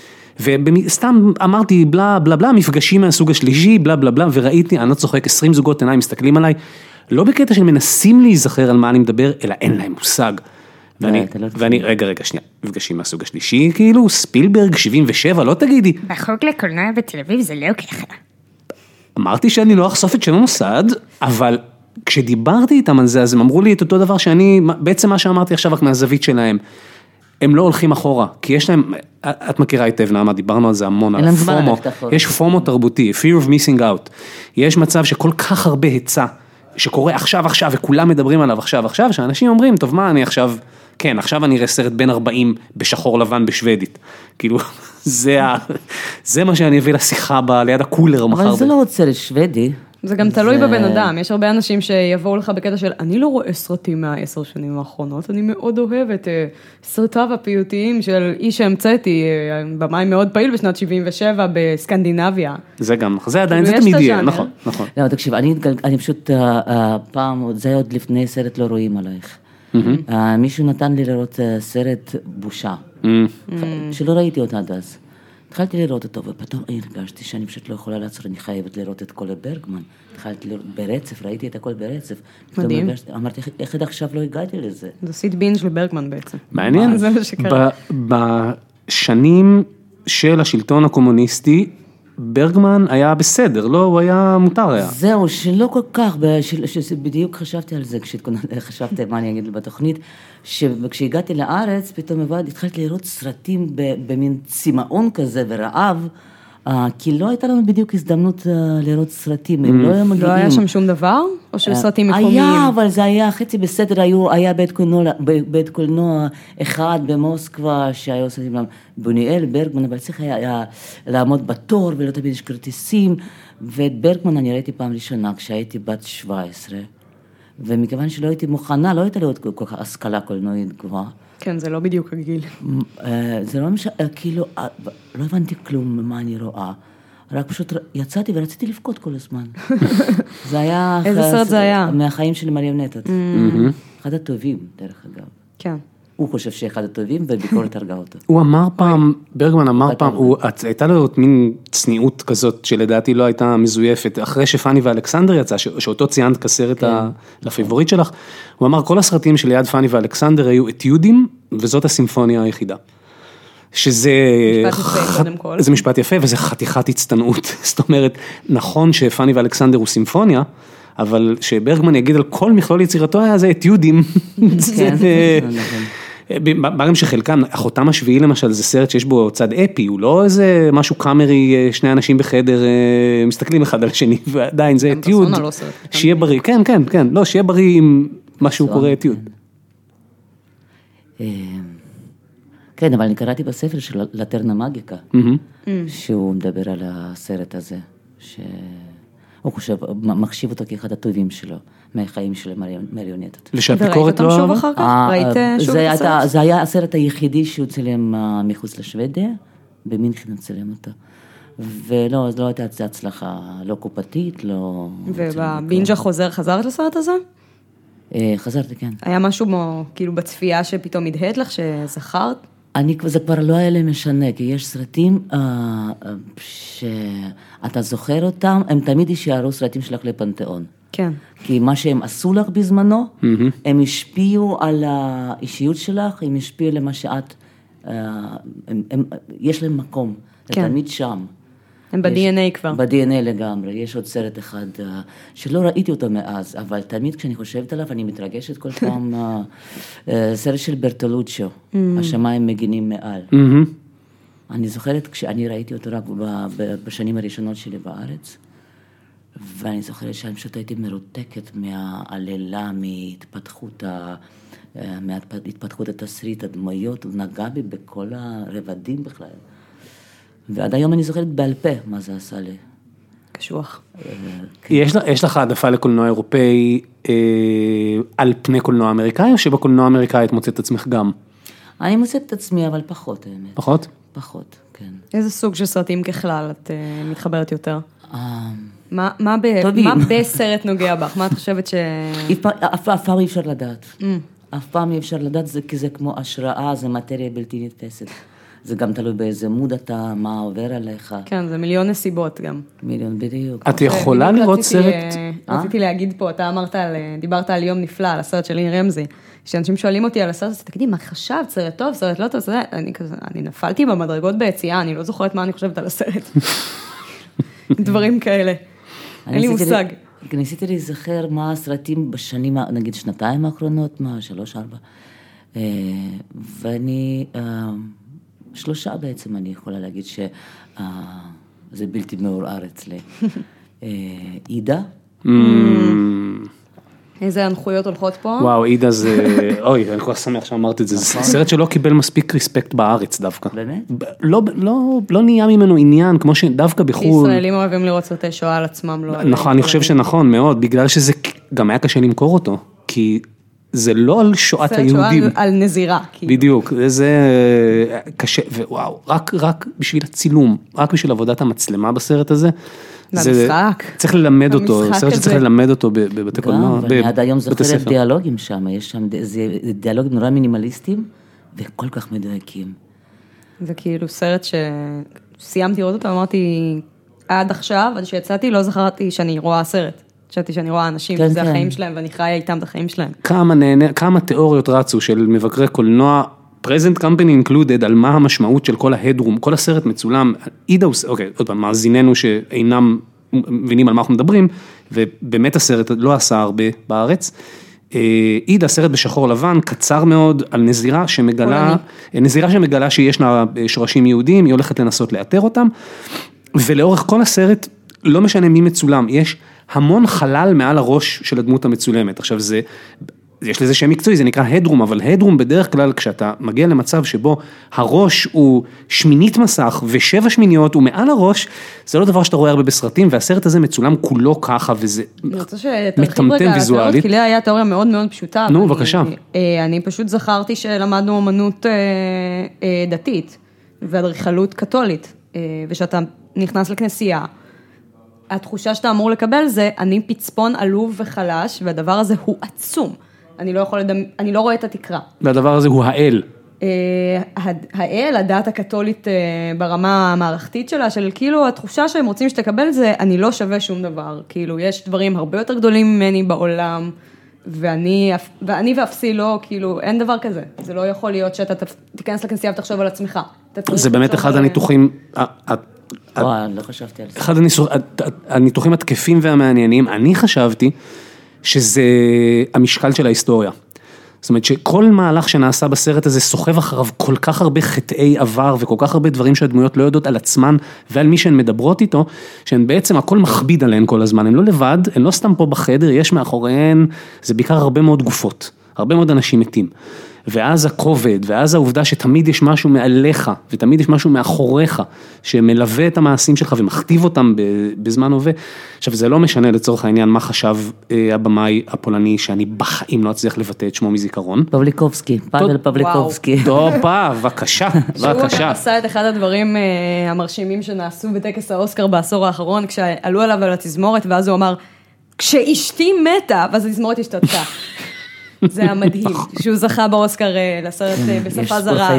וסתם אמרתי בלה בלה בלה, מפגשים מהסוג השלישי, בלה בלה בלה, וראיתי, אני לא צוחק, עשרים זוגות עיניים מסתכלים עליי, לא בקטע של מנסים להיזכר על מה אני מדבר, אלא אין להם מושג. ואני, ואני, רגע, רגע, שנייה, מפגשים מהסוג השלישי, כאילו, ספילברג, שבעים ושבע, לא תגידי. בחוק לקולנוע בתל אביב זה לא ככה. אמרתי שאני לא אחשוף את שם המוסד, אבל כשדיברתי איתם על זה, אז הם אמרו לי את אותו דבר שאני, בעצם מה שאמרתי עכשיו רק מהזווית שלהם, הם לא הולכים אחורה, כי יש להם, את מכירה היטב נעמה, דיברנו על זה המון, על פומו, יש פומו תרבותי, fear of missing out, יש מצב שכל כך הרבה היצע, שקורה עכשיו עכשיו, וכולם מדברים עליו עכשיו עכשיו, שאנשים אומרים, טוב מה אני עכשיו, כן, עכשיו אני אראה סרט בין ארבעים בשחור לבן בשוודית, כאילו, זה, ה, זה מה שאני אביא לשיחה ב, ליד הקולר מחר. אבל זה לא עוד סרט שוודי. זה גם תלוי בבן אדם, יש הרבה אנשים שיבואו לך בקטע של, אני לא רואה סרטים מהעשר שנים האחרונות, אני מאוד אוהב את סרטיו הפיוטיים של איש שהמצאתי, במאי מאוד פעיל בשנת שבעים ושבע בסקנדינביה. זה גם, זה עדיין, זה תמיד יהיה, נכון, נכון. לא, תקשיב, אני פשוט, פעם, זה היה עוד לפני סרט לא רואים עלייך. מישהו נתן לי לראות סרט בושה, שלא ראיתי אותה עד אז. התחלתי לראות אותו, ופתאום הרגשתי שאני פשוט לא יכולה לעצור, אני חייבת לראות את כל ברגמן. התחלתי לראות ברצף, ראיתי את הכל ברצף. מדהים. אמרתי, איך עד עכשיו לא הגעתי לזה? זה עשית בינג' לברגמן בעצם. מעניין. זה מה שקרה. בשנים של השלטון הקומוניסטי, ברגמן היה בסדר, לא, הוא היה מותר היה. זהו, שלא כל כך, בדיוק חשבתי על זה, חשבתי מה אני אגיד בתוכנית, שכשהגעתי לארץ, פתאום התחלתי לראות סרטים במין צמאון כזה ורעב, כי לא הייתה לנו בדיוק הזדמנות לראות סרטים, הם לא היו מגיעים. לא היה שם שום דבר? או של סרטים מקומיים? היה, אבל זה היה חצי בסדר, היה בית קולנוע אחד במוסקבה, שהיה עושה להם בוניאל, ברגמן, אבל צריך היה לעמוד בתור, ולא תמיד יש כרטיסים, ואת ברגמן אני ראיתי פעם ראשונה, כשהייתי בת שבע עשרה, ומכיוון שלא הייתי מוכנה, לא הייתה לי עוד כל כך השכלה קולנועית גבוהה. כן, זה לא בדיוק הגיל. זה לא משנה, כאילו, לא הבנתי כלום ממה אני רואה, רק פשוט יצאתי ורציתי לבכות כל הזמן. זה היה... איזה סרט זה היה? מהחיים של מריונטות. אחד הטובים, דרך אגב. כן. הוא חושב שאחד הטובים, וביקורת הרגה אותו. הוא אמר פעם, ברגמן אמר פעם, הייתה לו מין צניעות כזאת, שלדעתי לא הייתה מזויפת, אחרי שפני ואלכסנדר יצא, שאותו ציינת כסרט לפייבוריט שלך, הוא אמר, כל הסרטים שליד פני ואלכסנדר היו אתיודים, וזאת הסימפוניה היחידה. שזה... משפט יפה, קודם כל. זה משפט יפה, וזה חתיכת הצטנעות. זאת אומרת, נכון שפני ואלכסנדר הוא סימפוניה, אבל שברגמן יגיד על כל מכלול יצירתו היה זה אתיודים. כן, בגם שחלקם, אחותם השביעי למשל, זה סרט שיש בו צד אפי, הוא לא איזה משהו קאמרי, שני אנשים בחדר, מסתכלים אחד על השני, ועדיין זה אתיוד. שיהיה בריא, כן, כן, כן, לא, שיהיה בריא עם משהו קורא אתיוד. כן, אבל אני קראתי בספר של לטרנה מגיקה, שהוא מדבר על הסרט הזה, שהוא חושב, מחשיב אותו כאחד הטובים שלו, מהחיים של מריונטות. ושהביקורת לא... וראית אותם שוב אחר כך? ראית שוב את הסרט? זה היה הסרט היחידי שהוא צילם מחוץ לשוודיה, במינכן הוא צילם אותו. ולא, אז לא הייתה הצלחה, לא קופתית, לא... ובבינג'ה חוזר, חזרת לסרט הזה? חזרתי, כן. היה משהו כאילו בצפייה שפתאום הדהד לך, שזכרת? אני, זה כבר לא היה לי משנה, כי יש סרטים אה, שאתה זוכר אותם, הם תמיד יישארו סרטים שלך לפנתיאון. כן. כי מה שהם עשו לך בזמנו, mm-hmm. הם השפיעו על האישיות שלך, הם השפיעו למה שאת, אה, הם, הם, יש להם מקום, כן. זה תמיד שם. הם ב-די אן איי כבר. ב-די אן איי לגמרי, יש עוד סרט אחד שלא ראיתי אותו מאז, אבל תמיד כשאני חושבת עליו, אני מתרגשת כל פעם, סרט של ברטולוצ'ו, השמיים מגינים מעל. אני זוכרת כשאני ראיתי אותו רק בשנים הראשונות שלי בארץ, ואני זוכרת שאני פשוט הייתי מרותקת מהעלילה, מהתפתחות, מהתפתחות התסריט, הדמויות, הוא נגע בי בכל הרבדים בכלל. ועד היום אני זוכרת בעל פה מה זה עשה לי. קשוח. יש לך העדפה לקולנוע אירופאי על פני קולנוע אמריקאי, או שבקולנוע האמריקאי את מוצאת את עצמך גם? אני מוצאת את עצמי, אבל פחות האמת. פחות? פחות, כן. איזה סוג של סרטים ככלל את מתחברת יותר? מה בסרט נוגע בך? מה את חושבת ש... אף פעם אי אפשר לדעת. אף פעם אי אפשר לדעת, כי זה כמו השראה, זה מטריה בלתי נתפסת. זה גם תלוי באיזה מוד אתה, מה עובר עליך. כן, זה מיליון נסיבות גם. מיליון, בדיוק. את יכולה לראות סרט... רציתי להגיד פה, אתה אמרת, דיברת על יום נפלא, על הסרט של לין רמזי, שאנשים שואלים אותי על הסרט הזה, תגידי, מה חשבת, סרט טוב, סרט לא טוב, אני נפלתי במדרגות ביציאה, אני לא זוכרת מה אני חושבת על הסרט. דברים כאלה. אין לי מושג. ניסיתי להיזכר מה הסרטים בשנים, נגיד שנתיים האחרונות, מה, שלוש, ארבע. ואני... שלושה בעצם אני יכולה להגיד שזה בלתי מעורער אצלי. עידה. איזה הנחויות הולכות פה. וואו, עידה זה, אוי, אני כל כך שמח שאמרת את זה, זה סרט שלא קיבל מספיק ריספקט בארץ דווקא. באמת? לא, לא, לא נהיה ממנו עניין, כמו שדווקא בחו"ל. ישראלים אוהבים לראות סרטי שואה על עצמם. נכון, אני חושב שנכון מאוד, בגלל שזה גם היה קשה למכור אותו, כי זה לא על שואת היהודים. סרט שואה על נזירה. בדיוק, זה קשה, ווואו, רק, רק בשביל הצילום, רק בשביל עבודת המצלמה בסרט הזה, המשחק. צריך ללמד אותו, סרט שצריך ללמד אותו בבתי קולנוע, גם, ואני עד היום זוכרת דיאלוגים שם, יש שם דיאלוגים נורא מינימליסטיים, וכל כך מדויקים. זה כאילו סרט שסיימתי לראות אותו, אמרתי, עד עכשיו, עד שיצאתי, לא זכרתי שאני רואה סרט. חשבתי שאני רואה אנשים, כן, שזה כן. החיים שלהם, ואני חיה איתם את החיים שלהם. כמה נהנה, כמה תיאוריות רצו של מבקרי קולנוע, present company included, על מה המשמעות של כל ההדרום, כל הסרט מצולם, עידה, אוקיי, עוד פעם, מאזיננו שאינם מבינים על מה אנחנו מדברים, ובאמת הסרט לא עשה הרבה בארץ, עידה, סרט בשחור לבן, קצר מאוד, על נזירה שמגלה, נזירה שמגלה שיש לה שורשים יהודים, היא הולכת לנסות לאתר אותם, ולאורך כל הסרט, לא משנה מי מצולם, יש המון חלל מעל הראש של הדמות המצולמת. עכשיו זה, יש לזה שם מקצועי, זה נקרא הדרום, אבל הדרום בדרך כלל כשאתה מגיע למצב שבו הראש הוא שמינית מסך ושבע שמיניות הוא מעל הראש, זה לא דבר שאתה רואה הרבה בסרטים, והסרט הזה מצולם כולו ככה, וזה מטמטם ויזואלית. כי לי היה תיאוריה מאוד מאוד פשוטה. נו, בבקשה. אני פשוט זכרתי שלמדנו אומנות דתית, ואדריכלות קתולית, ושאתה נכנס לכנסייה, התחושה שאתה אמור לקבל זה, אני פצפון עלוב וחלש, והדבר הזה הוא עצום. אני לא יכול לדמ... אני לא רואה את התקרה. והדבר הזה הוא האל. האל, הדת הקתולית ברמה המערכתית שלה, של כאילו התחושה שהם רוצים שתקבל זה, אני לא שווה שום דבר. כאילו, יש דברים הרבה יותר גדולים ממני בעולם, ואני, ואני ואפסי לא, כאילו, אין דבר כזה. זה לא יכול להיות שאתה תיכנס לכנסייה ותחשוב על עצמך. זה באמת אחד הניתוחים... לא חשבתי על זה. אחד הניתוחים התקפים והמעניינים, אני חשבתי שזה המשקל של ההיסטוריה. זאת אומרת שכל מהלך שנעשה בסרט הזה סוחב אחריו כל כך הרבה חטאי עבר וכל כך הרבה דברים שהדמויות לא יודעות על עצמן ועל מי שהן מדברות איתו, שהן בעצם הכל מכביד עליהן כל הזמן, הן לא לבד, הן לא סתם פה בחדר, יש מאחוריהן, זה בעיקר הרבה מאוד גופות, הרבה מאוד אנשים מתים. ואז הכובד, ואז העובדה שתמיד יש משהו מעליך, ותמיד יש משהו מאחוריך, שמלווה את המעשים שלך ומכתיב אותם בזמן הווה. עכשיו, זה לא משנה לצורך העניין מה חשב הבמאי הפולני, שאני בחיים לא אצליח לבטא את שמו מזיכרון. פבליקובסקי, פאבל פבליקובסקי. טובה, בבקשה, בבקשה. שהוא עשה את אחד הדברים המרשימים שנעשו בטקס האוסקר בעשור האחרון, כשעלו עליו על התזמורת, ואז הוא אמר, כשאשתי מתה, ואז התזמורת השתתקה. זה היה מדהים, שהוא זכה באוסקר לסרט בשפה זרה.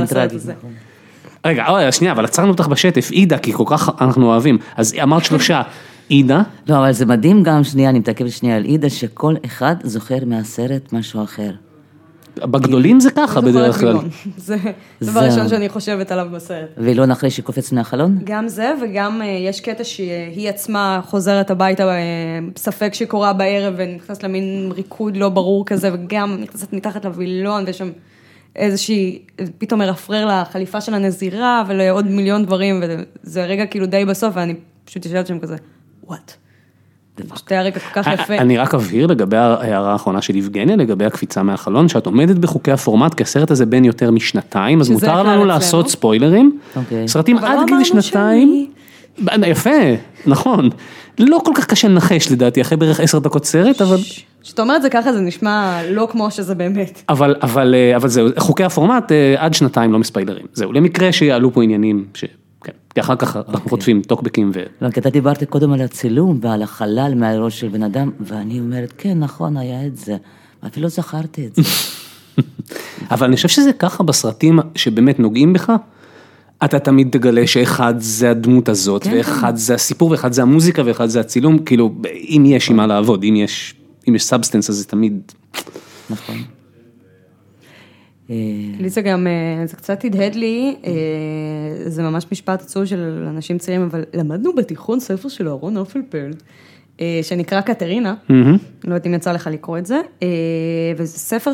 רגע, שנייה, אבל עצרנו אותך בשטף, עידה, כי כל כך אנחנו אוהבים, אז אמרת שלושה, עידה? לא, אבל זה מדהים גם, שנייה, אני מתעכב שנייה על עידה, שכל אחד זוכר מהסרט משהו אחר. בגדולים זה ככה בדרך כלל. זה דבר ראשון שאני חושבת עליו בסרט. ואילון אחרי שקופץ מהחלון? גם זה, וגם יש קטע שהיא עצמה חוזרת הביתה, ספק שקורה בערב, ונכנס למין ריקוד לא ברור כזה, וגם נכנסת מתחת לווילון, ויש שם איזושהי, פתאום מרפרר לחליפה של הנזירה, ולעוד מיליון דברים, וזה רגע כאילו די בסוף, ואני פשוט ישבת שם כזה, what? שתי הרגע כל כך יפה. אני רק אבהיר לגבי ההערה האחרונה של יבגניה, לגבי הקפיצה מהחלון, שאת עומדת בחוקי הפורמט, כי הסרט הזה בין יותר משנתיים, אז מותר לנו לעשות ספוילרים, סרטים עד גיל שנתיים, יפה, נכון, לא כל כך קשה לנחש לדעתי, אחרי בערך עשר דקות סרט, אבל... שאת אומרת זה ככה, זה נשמע לא כמו שזה באמת. אבל, אבל, אבל זהו, חוקי הפורמט עד שנתיים לא מספיילרים, זהו, למקרה שיעלו פה עניינים ש... כן, כי אחר כך אנחנו חוטפים טוקבקים ו... לא, כי אתה דיברת קודם על הצילום ועל החלל מהראש של בן אדם, ואני אומרת, כן, נכון, היה את זה. אפילו זכרתי את זה. אבל אני חושב שזה ככה בסרטים שבאמת נוגעים בך, אתה תמיד תגלה שאחד זה הדמות הזאת, ואחד זה הסיפור, ואחד זה המוזיקה, ואחד זה הצילום, כאילו, אם יש עם מה לעבוד, אם יש, אם יש סאבסטנס, אז זה תמיד... נכון. לי זה גם, זה קצת הדהד לי, זה ממש משפט עצוב של אנשים צעירים, אבל למדנו בתיכון ספר של אהרון אופלפלד, שנקרא קטרינה, לא יודעת אם יצא לך לקרוא את זה, וזה ספר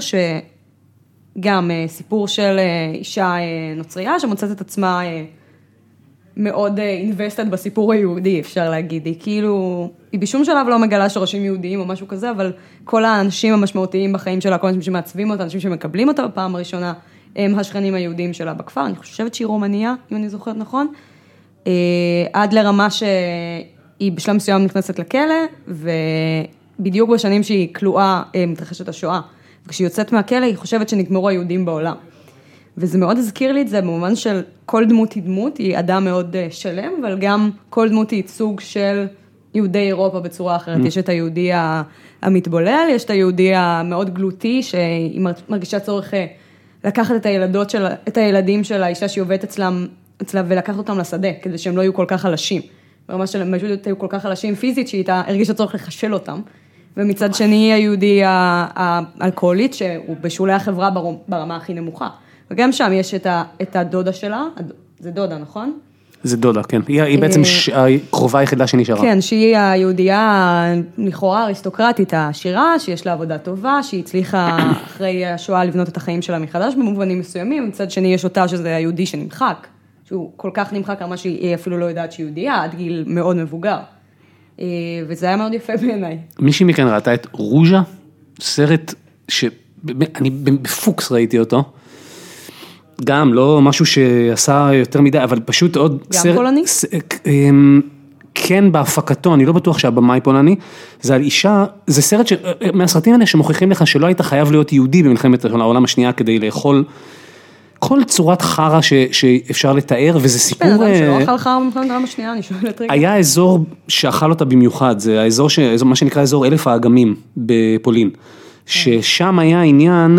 שגם סיפור של אישה נוצריה, שמוצאת את עצמה מאוד invested בסיפור היהודי, אפשר להגיד. היא כאילו, היא בשום שלב לא מגלה שורשים יהודיים או משהו כזה, אבל כל האנשים המשמעותיים בחיים שלה, כל האנשים שמעצבים אותה, אנשים שמקבלים אותה בפעם הראשונה, הם השכנים היהודים שלה בכפר. אני חושבת שהיא רומניה, אם אני זוכרת נכון. עד לרמה שהיא בשלב מסוים נכנסת לכלא, ובדיוק בשנים שהיא כלואה, מתרחשת השואה. וכשהיא יוצאת מהכלא, היא חושבת שנגמרו היהודים בעולם. וזה מאוד הזכיר לי את זה, במובן של כל דמות היא דמות, היא אדם מאוד שלם, אבל גם כל דמות היא ייצוג של יהודי אירופה בצורה אחרת. Mm. יש את היהודי המתבולל, יש את היהודי המאוד גלותי, שהיא מרגישה צורך לקחת את הילדות של, את הילדים של האישה שהיא עובדת אצלם, אצלה, ולקחת אותם לשדה, כדי שהם לא יהיו כל כך חלשים. ברמה שהם פשוט היו כל כך חלשים פיזית, שהיא הרגישה צורך לחשל אותם. ומצד שני, היהודי האלכוהולית, שהוא בשולי החברה ברמה הכי נמוכה. וגם שם יש את, ה, את הדודה שלה, זה דודה, נכון? זה דודה, כן. היא, היא בעצם ש... הקרובה היחידה שנשארה. כן, שהיא היהודייה לכאורה אריסטוקרטית העשירה, שיש לה עבודה טובה, שהיא הצליחה אחרי השואה לבנות את החיים שלה מחדש במובנים מסוימים, ומצד שני יש אותה שזה היהודי שנמחק, שהוא כל כך נמחק, כמה שהיא אפילו לא יודעת שהיא יהודייה, עד גיל מאוד מבוגר. וזה היה מאוד יפה בעיניי. מישהי מכאן ראתה את רוז'ה, סרט שאני בפוקס ראיתי אותו, גם לא משהו שעשה יותר מדי, אבל פשוט עוד... גם סרט, פולני? ס, כן, בהפקתו, אני לא בטוח שהבמאי פולני, זה על אישה, זה סרט ש, מהסרטים האלה שמוכיחים לך שלא היית חייב להיות יהודי במלחמת העולם השנייה כדי לאכול כל צורת חרה ש, שאפשר לתאר, וזה סיפור... בן אדם שלא אכל חרה במלחמת העולם השנייה, אני שואלת רגע. היה אזור שאכל אותה במיוחד, זה האזור, ש, מה שנקרא אזור אלף האגמים בפולין, ששם היה עניין...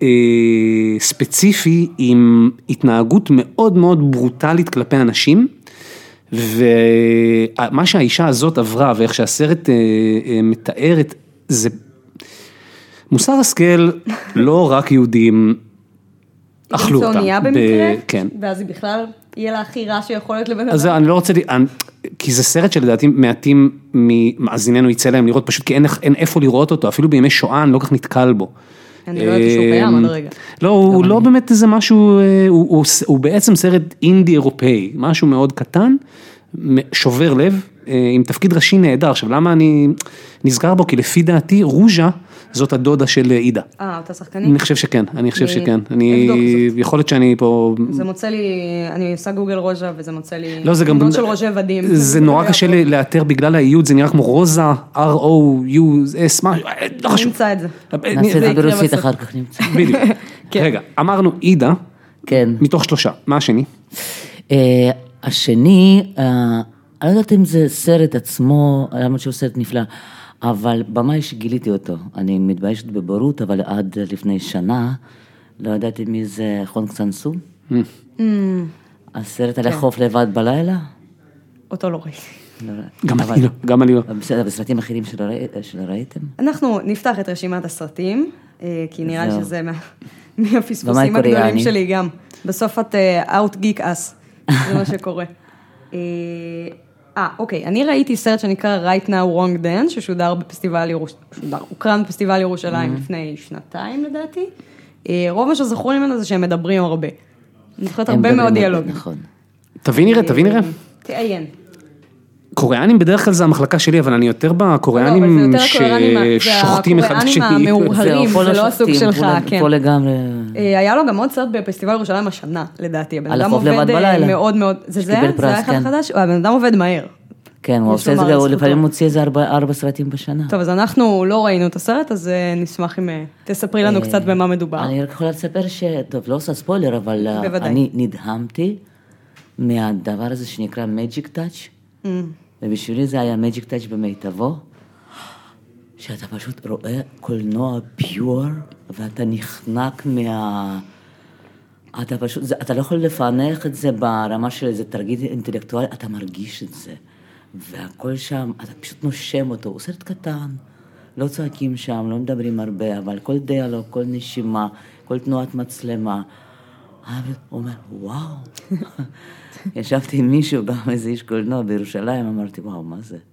ספציפי עם התנהגות מאוד מאוד ברוטלית כלפי אנשים, ומה שהאישה הזאת עברה, ואיך שהסרט מתארת, זה מוסר השכל, לא רק יהודים אכלו אותם. היא קיצוניה במקרה, כן. ואז היא בכלל יהיה לה הכי רע שיכולת לבן אדם. אז אני לא רוצה, כי זה סרט שלדעתי מעטים ממאזיננו יצא להם לראות, פשוט כי אין, אין איפה לראות אותו, אפילו בימי שואה אני לא כך נתקל בו. אני לא יודעת שהוא קיים עד הרגע. לא, הוא לא באמת איזה משהו, הוא בעצם סרט אינדי אירופאי, משהו מאוד קטן, שובר לב, עם תפקיד ראשי נהדר. עכשיו, למה אני נזכר בו? כי לפי דעתי, רוז'ה זאת הדודה של עידה. אה, אותה שחקנית? אני חושב שכן, אני חושב שכן. אני, יכול להיות שאני פה... זה מוצא לי, אני עושה גוגל רוז'ה, וזה מוצא לי... לא, זה גם... של רוז'ה ודים. זה נורא קשה לאתר בגלל האיות, זה נראה כמו רוזה, R-O-U-S, מה... לא חשוב. נמצא את זה. נעשה את זה ברוסית אחר כך נמצא. בדיוק. רגע, אמרנו עידה, מתוך שלושה, מה השני? השני, אני לא יודעת אם זה סרט עצמו, למרות שהוא סרט נפלא, אבל במאי שגיליתי אותו, אני מתביישת בבורות, אבל עד לפני שנה, לא ידעתי מי זה חונג סאן-סו. הסרט על החוף לבד בלילה. אותו לא ראיתי. גם אני לא, גם אני לא. בסדר, בסרטים אחרים שלא ראיתם? אנחנו נפתח את רשימת הסרטים, כי נראה לי שזה מהפספוסים הגדולים שלי גם. בסוף את out geek us, זה מה שקורה. אה, אוקיי, אני ראיתי סרט שנקרא Right Now Wrong Dance, ששודר בפסטיבל ירושלים, הוקרן בפסטיבל ירושלים לפני שנתיים לדעתי. רוב מה שזכרו לי ממנו זה שהם מדברים הרבה. אני זוכרת הרבה מאוד דיאלוג. נכון. תביא נראה, תביא נראה. תעיין. קוריאנים בדרך כלל זה המחלקה שלי, אבל אני יותר בקוריאנים ששוחטים אחד בשני. זה הקוריאנים המאוהרים, זה לא הסוג שלך, כן. פה לגמרי. היה לו גם עוד סרט בפסטיבל ירושלים השנה, לדעתי. על החוף לבד בלילה. מאוד מאוד, זה זה? זה היה אחד חדש? הבן אדם עובד מהר. כן, הוא עושה את זה, הוא לפעמים מוציא איזה ארבע סרטים בשנה. טוב, אז אנחנו לא ראינו את הסרט, אז נשמח אם תספרי לנו קצת במה מדובר. אני רק יכולה לספר ש... טוב, לא עושה ספוילר, אבל אני נדהמתי מהדבר הזה שנקרא Magic Touch. ובשבילי זה היה Magic Touch במיטבו, שאתה פשוט רואה קולנוע פיור, ואתה נחנק מה... אתה פשוט, אתה לא יכול לפענח את זה ברמה של איזה תרגיל אינטלקטואלי, אתה מרגיש את זה. והכל שם, אתה פשוט נושם אותו, הוא סרט קטן, לא צועקים שם, לא מדברים הרבה, אבל כל דיאלוג, כל נשימה, כל תנועת מצלמה, הוא אומר, וואו. ישבתי עם מישהו, גם איזה איש קולנוע בירושלים, אמרתי, וואו, מה זה?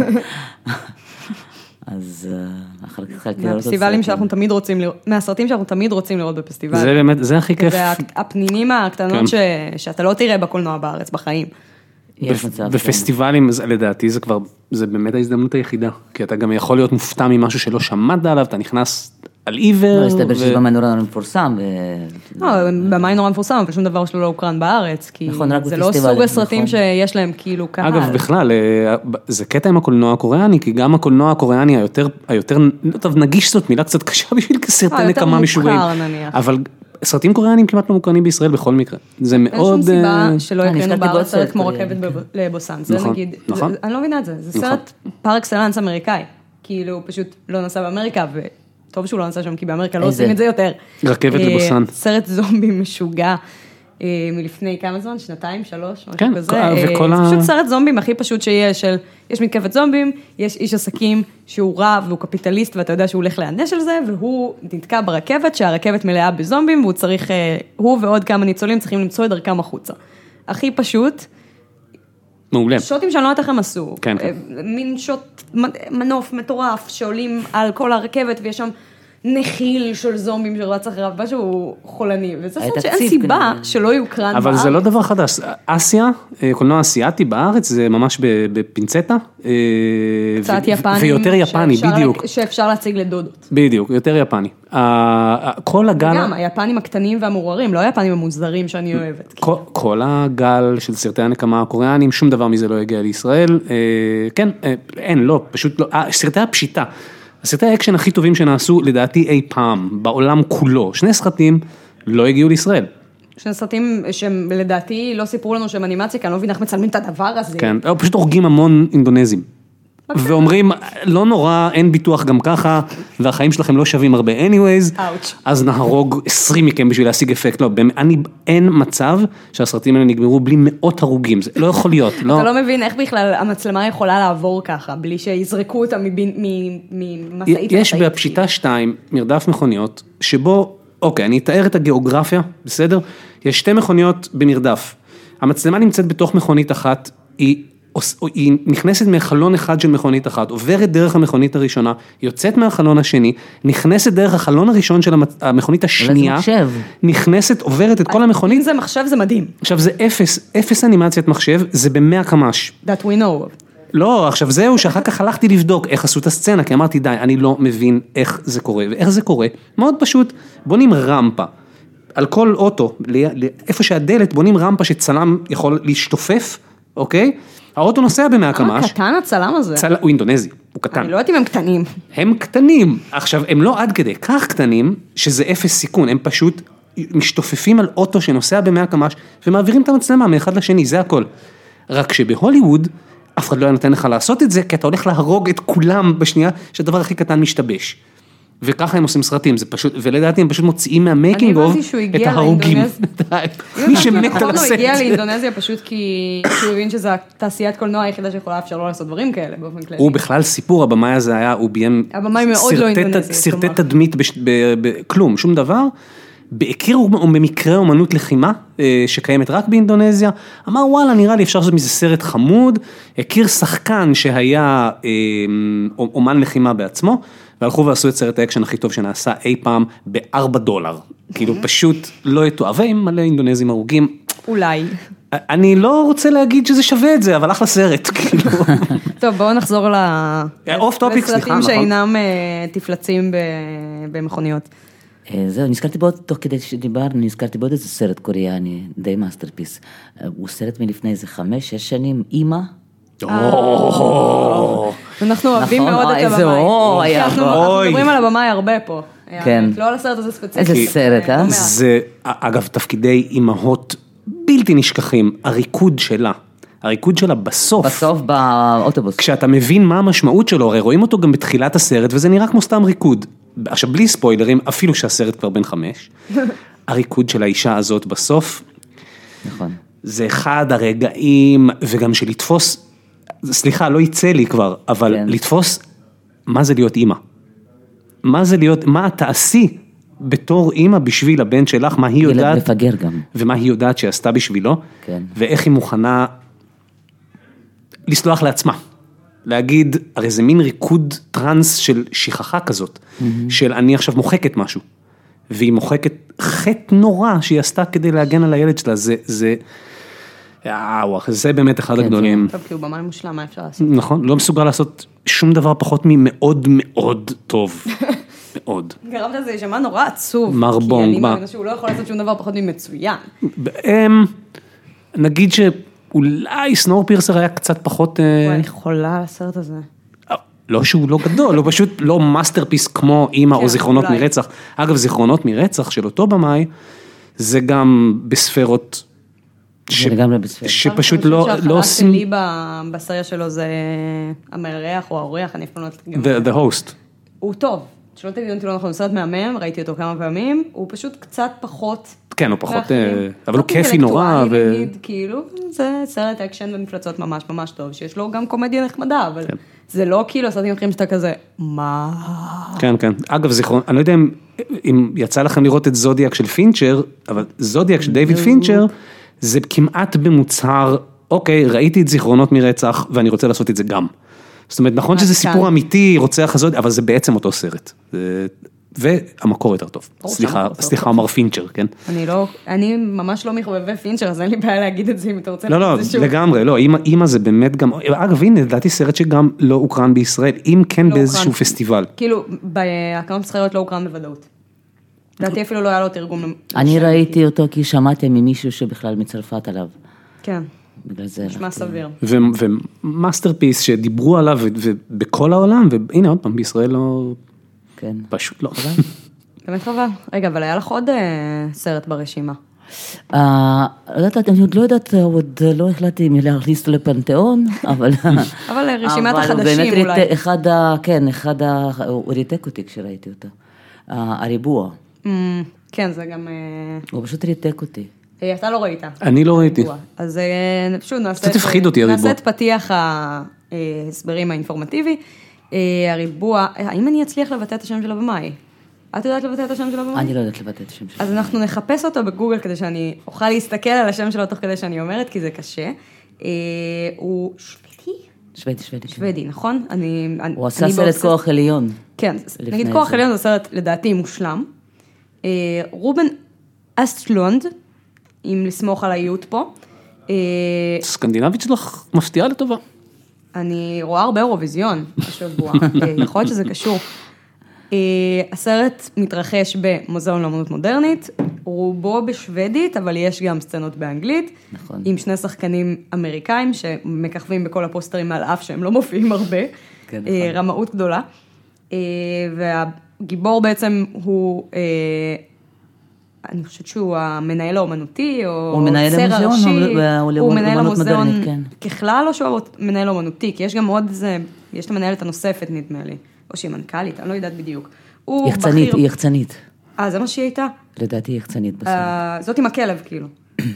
אז אחר כך חלקתי לראות את מהפסטיבלים שאנחנו תמיד רוצים לראות, מהסרטים שאנחנו תמיד רוצים לראות בפסטיבל. זה באמת, זה הכי כיף. והפנינים הקטנות שאתה לא תראה בקולנוע בארץ בחיים. יש מצב, בפסטיבלים, לדעתי זה כבר, זה באמת ההזדמנות היחידה, כי אתה גם יכול להיות מופתע ממשהו שלא שמעת עליו, אתה נכנס על עיוור. לא, הסתבר שזה במאי נורא מפורסם. לא, במאי נורא מפורסם, אבל שום דבר שלו לא הוקרן בארץ, כי זה לא סוג הסרטים שיש להם כאילו קהל. אגב, בכלל, זה קטע עם הקולנוע הקוריאני, כי גם הקולנוע הקוריאני היותר, היותר, לא טוב, נגיש זאת מילה קצת קשה בשביל סרטי נקמה משוגעים. אבל סרטים קוריאנים כמעט לא מוכרנים בישראל בכל מקרה. זה מאוד... אין שום סיבה שלא יקרנו בארץ סרט כמו רכבת לבוסן. זה נגיד, אני לא מבינה את זה. זה סרט פר אקסלנס אמריקאי. כאילו, פשוט לא נסע באמריקה, וטוב שהוא לא נסע שם, כי באמריקה לא עושים את זה יותר. רכבת לבוסן. סרט זומבי משוגע. מלפני כמה זמן? שנתיים, שלוש? כן, וכל ה... זה פשוט סרט זומבים הכי פשוט שיש, של יש מתקפת זומבים, יש איש עסקים שהוא רע והוא קפיטליסט, ואתה יודע שהוא הולך להיענש על זה, והוא נתקע ברכבת, שהרכבת מלאה בזומבים, והוא צריך, הוא ועוד כמה ניצולים צריכים למצוא את דרכם החוצה. הכי פשוט. מעולה. שוטים שאני לא יודעת איך הם עשו. כן, כן. מין שוט מנוף מטורף, שעולים על כל הרכבת, ויש שם נחיל של זומבים של רצח רב, משהו חולני, וזה סרט שאין סיבה שלא יוקרן בארץ. אבל זה לא דבר חדש, אסיה, קולנוע אסיאתי בארץ, זה ממש בפינצטה. קצת יפני. ויותר יפני, בדיוק. שאפשר להציג לדודות. בדיוק, יותר יפני. כל הגל... וגם, היפנים הקטנים והמעוררים, לא היפנים המוזרים שאני אוהבת. כל הגל של סרטי הנקמה הקוריאנים, שום דבר מזה לא הגיע לישראל. כן, אין, לא, פשוט לא. סרטי הפשיטה. הסרטי האקשן הכי טובים שנעשו, לדעתי אי פעם, בעולם כולו. שני סרטים לא הגיעו לישראל. שני סרטים שהם לדעתי לא סיפרו לנו שהם אנימציה, כי אני לא מבין איך מצלמים את הדבר הזה. כן, פשוט הורגים המון אינדונזים. ואומרים, לא נורא, אין ביטוח גם ככה, והחיים שלכם לא שווים הרבה anyways, אז נהרוג עשרים מכם בשביל להשיג אפקט. לא, אני, אין מצב שהסרטים האלה נגמרו בלי מאות הרוגים, זה לא יכול להיות. אתה לא מבין איך בכלל המצלמה יכולה לעבור ככה, בלי שיזרקו אותה ממסעית. יש בפשיטה שתיים, מרדף מכוניות, שבו, אוקיי, אני אתאר את הגיאוגרפיה, בסדר? יש שתי מכוניות במרדף. המצלמה נמצאת בתוך מכונית אחת, היא היא נכנסת מהחלון אחד של מכונית אחת, עוברת דרך המכונית הראשונה, יוצאת מהחלון השני, נכנסת דרך החלון הראשון של המכונית השנייה, נכנסת, עוברת את כל המכונית. אם זה מחשב זה מדהים. עכשיו זה אפס, אפס אנימציית מחשב, זה במאה קמ"ש. That we know. לא, עכשיו זהו, שאחר כך הלכתי לבדוק איך עשו את הסצנה, כי אמרתי די, אני לא מבין איך זה קורה, ואיך זה קורה, מאוד פשוט, בונים רמפה, על כל אוטו, איפה שהדלת, בונים רמפה שצלם יכול להשתופף, אוקיי? האוטו נוסע במאה קמ"ש. כמה קטן הצלם הזה? צל... הוא אינדונזי, הוא קטן. אני לא יודעת אם הם קטנים. הם קטנים. עכשיו, הם לא עד כדי כך קטנים, שזה אפס סיכון, הם פשוט משתופפים על אוטו שנוסע במאה קמ"ש, ומעבירים את המצלמה מאחד לשני, זה הכל. רק שבהוליווד, אף אחד לא נותן לך לעשות את זה, כי אתה הולך להרוג את כולם בשנייה, שהדבר הכי קטן משתבש. וככה הם עושים סרטים, זה פשוט, ולדעתי הם פשוט מוציאים מהמייקינג אוף את ההרוגים. מי שמת על הסט. הוא הגיע לאינדונזיה פשוט כי הוא הבין שזו תעשיית קולנוע היחידה שיכולה לאפשר לו לעשות דברים כאלה באופן כללי. הוא בכלל סיפור, הבמאי הזה היה, הוא ביים סרטי תדמית בכלום, שום דבר. בהכיר ובמקרה אומנות לחימה, שקיימת רק באינדונזיה, אמר וואלה נראה לי אפשר לעשות מזה סרט חמוד, הכיר שחקן שהיה אומן לחימה בעצמו, והלכו ועשו את סרט האקשן הכי טוב שנעשה אי פעם בארבע דולר, כאילו פשוט לא יתואב, ועם מלא אינדונזים הרוגים. אולי. אני לא רוצה להגיד שזה שווה את זה, אבל אחלה סרט, כאילו. טוב, בואו נחזור לסרטים שאינם תפלצים במכוניות. זהו, נזכרתי בעוד, תוך כדי שדיברנו, נזכרתי בעוד איזה סרט קוריאני, די מאסטרפיס. הוא סרט מלפני איזה חמש, שש שנים, אימא. אנחנו אוהבים מאוד את הבמאי. אנחנו מדברים על הבמאי הרבה פה. כן. לא על הסרט הזה ספציפי. איזה סרט, אה? זה, אגב, תפקידי אימהות בלתי נשכחים, הריקוד שלה. הריקוד שלה בסוף. בסוף באוטובוס. כשאתה מבין מה המשמעות שלו, הרי רואים אותו גם בתחילת הסרט, וזה נראה כמו סתם ריקוד. עכשיו, בלי ספוילרים, אפילו שהסרט כבר בן חמש, הריקוד של האישה הזאת בסוף, נכון. זה אחד הרגעים, וגם שלתפוס, סליחה, לא יצא לי כבר, אבל כן. לתפוס, מה זה להיות אימא? מה זה להיות, מה תעשי בתור אימא בשביל הבן שלך, מה היא יודעת, מפגר גם. ומה היא יודעת שעשתה בשבילו, כן. ואיך היא מוכנה לסלוח לעצמה. להגיד, הרי זה מין ריקוד טרנס של שכחה כזאת, mm-hmm. של אני עכשיו מוחקת משהו, והיא מוחקת חטא נורא שהיא עשתה כדי להגן על הילד שלה, זה, זה, וואו, זה באמת אחד הגדולים. טוב, כי הוא במאי מושלם, מה אפשר לעשות? נכון, לא מסוגל לעשות שום דבר פחות ממאוד מאוד טוב. מאוד. גרמת לזה, שמה נורא עצוב. מר בונג, מה? כי אני מאמינה שהוא לא יכול לעשות שום דבר פחות ממצוין. נגיד שאולי סנור פירסר היה קצת פחות... אני חולה על הסרט הזה. לא שהוא לא גדול, הוא פשוט לא מאסטרפיס כמו אימא או זיכרונות מרצח. אגב, זיכרונות מרצח של אותו במאי, זה גם בספרות... זה לגמרי בספרות. שפשוט לא עושים... שהחלק שלי בסריה שלו זה המארח או האורח, אני אפילו לא... The host. הוא טוב. שלא תגידו אותי לא נכון, הוא סרט מהמם, ראיתי אותו כמה פעמים, הוא פשוט קצת פחות... כן, הוא פחות, אבל הוא כיפי נורא. נגיד, כאילו, זה סרט אקשן במפלצות ממש ממש טוב, שיש לו גם קומדיה נחמדה, אבל זה לא כאילו סרטים אחרים שאתה כזה, מה? כן, כן. אגב, זיכרון, אני לא יודע אם יצא לכם לראות את זודיאק של פינצ'ר, אבל זודיאק של דיוויד פינצ'ר, זה כמעט במוצהר, אוקיי, ראיתי את זיכרונות מרצח, ואני רוצה לעשות את זה גם. זאת אומרת, נכון שזה סיפור אמיתי, רוצח הזוד, אבל זה בעצם אותו סרט. והמקור יותר טוב. סליחה, סליחה, אמר פינצ'ר, כן? אני לא, אני ממש לא מחובבי פינצ'ר, אז אין לי בעיה להגיד את זה אם אתה רוצה לא, לא, לגמרי, לא, אמא זה באמת גם, אגב, הנה, לדעתי סרט שגם לא הוקרן בישראל, אם כן באיזשהו פסטיבל. כאילו, בהקרנות מסחריות לא הוקרן בוודאות. לדעתי אפילו לא היה לו תרגום. אני ראיתי אותו כי שמעתי ממישהו שבכלל מצרפת עליו. כן. בגלל זה. נשמע סביר. ומאסטרפיס שדיברו עליו ובכל העולם, והנה עוד פעם, בישראל לא... כן. פשוט לא חבל. באמת חבל. רגע, אבל היה לך עוד סרט ברשימה. אני עוד לא יודעת, עוד לא החלטתי אם להכניס אותו לפנתיאון, אבל... אבל רשימת החדשים אולי. אחד, כן, אחד, הוא ריתק אותי כשראיתי אותו. הריבוע. כן, זה גם... הוא פשוט ריתק אותי. אתה לא ראית. אני לא ראיתי. אז פשוט נעשה... קצת הפחיד אותי הריבוע. נעשה את פתיח ההסברים האינפורמטיבי. הריבוע, האם אני אצליח לבטא את השם של הבמאי? את יודעת לבטא את השם של הבמאי? אני לא יודעת לבטא את השם שלו. אז אנחנו נחפש אותו בגוגל כדי שאני אוכל להסתכל על השם שלו תוך כדי שאני אומרת, כי זה קשה. הוא שוודי? שוודי, שוודי. שוודי, נכון? הוא עשה סרט כוח עליון. כן, נגיד כוח עליון זה סרט לדעתי מושלם. רובן אסטלונד, אם לסמוך על האיות פה. סקנדינבית שלך מפתיעה לטובה. אני רואה הרבה אירוויזיון השבוע, יכול להיות שזה קשור. הסרט מתרחש במוזיאון לאמנות מודרנית, רובו בשוודית, אבל יש גם סצנות באנגלית, נכון. עם שני שחקנים אמריקאים שמככבים בכל הפוסטרים על אף שהם לא מופיעים הרבה, כן, נכון. רמאות גדולה, והגיבור בעצם הוא... אני חושבת שהוא המנהל האומנותי, או צר הראשי, הוא מנהל המוזיאון ככלל, או שהוא מנהל האומנותי, כי יש גם עוד איזה, יש את המנהלת הנוספת נדמה לי, או שהיא מנכ"לית, אני לא יודעת בדיוק. יחצנית, היא יחצנית. אה, זה מה שהיא הייתה? לדעתי היא יחצנית בסרט. זאת עם הכלב, כאילו.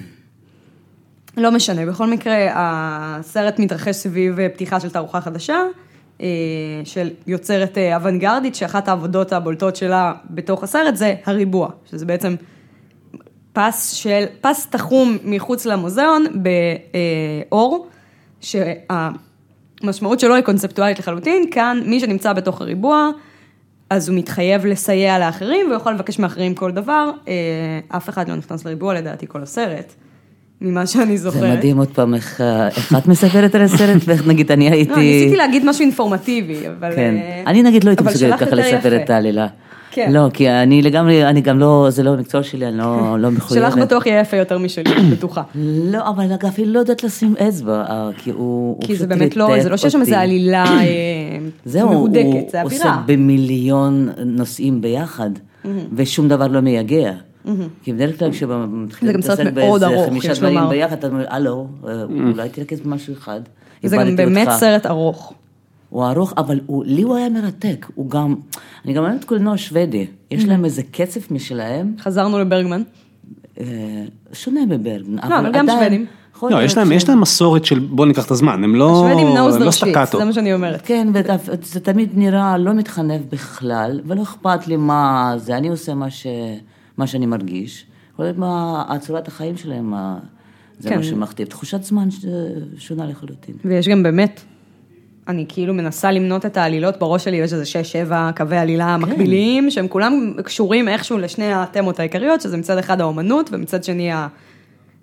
לא משנה, בכל מקרה, הסרט מתרחש סביב פתיחה של תערוכה חדשה, של יוצרת אוונגרדית, שאחת העבודות הבולטות שלה בתוך הסרט זה הריבוע, שזה בעצם פס של, פס תחום מחוץ למוזיאון באור, שהמשמעות שלו היא קונספטואלית לחלוטין, כאן מי שנמצא בתוך הריבוע, אז הוא מתחייב לסייע לאחרים, והוא יכול לבקש מאחרים כל דבר, אף אחד לא נכנס לריבוע לדעתי כל הסרט, ממה שאני זוכרת. זה מדהים עוד פעם, איך את מספרת על הסרט, ואיך נגיד אני הייתי... לא, ניסיתי להגיד משהו אינפורמטיבי, אבל... כן, אני נגיד לא הייתי מסוגלת ככה לספר את העלילה. כן. לא, כי אני לגמרי, אני גם לא, זה לא המקצוע שלי, אני לא מחויבת. שלך בטוח יהיה יפה יותר משלי, בטוחה. לא, אבל אגב, היא לא יודעת לשים אצבע, כי הוא... כי זה באמת לא, זה לא שיש שם איזו עלילה מהודקת, זה אווירה. זהו, הוא עושה במיליון נושאים ביחד, ושום דבר לא מייגע. כי בדרך כלל כשמתחילים להתעסק באיזה חמישה דברים ביחד, אתה אומר, הלו, אולי תרכז במשהו אחד. זה גם באמת סרט ארוך. הוא ארוך, אבל לי הוא היה מרתק. הוא גם, אני גם אוהבת קולנוע שוודי. יש להם איזה קצב משלהם. חזרנו לברגמן. שונה בברגמן. לא, אבל גם שוודים. לא, יש להם מסורת של בוא ניקח את הזמן, הם לא סטקטו. זה מה שאני אומרת. כן, וזה תמיד נראה לא מתחנף בכלל, ולא אכפת לי מה זה, אני עושה מה ש... מה שאני מרגיש, יכול להיות מה הצורת החיים שלהם, זה מה שמכתיב, תחושת זמן שונה לחלוטין. ויש גם באמת, אני כאילו מנסה למנות את העלילות בראש שלי, יש איזה שש, שבע קווי עלילה מקבילים, שהם כולם קשורים איכשהו לשני התמות העיקריות, שזה מצד אחד האומנות, ומצד שני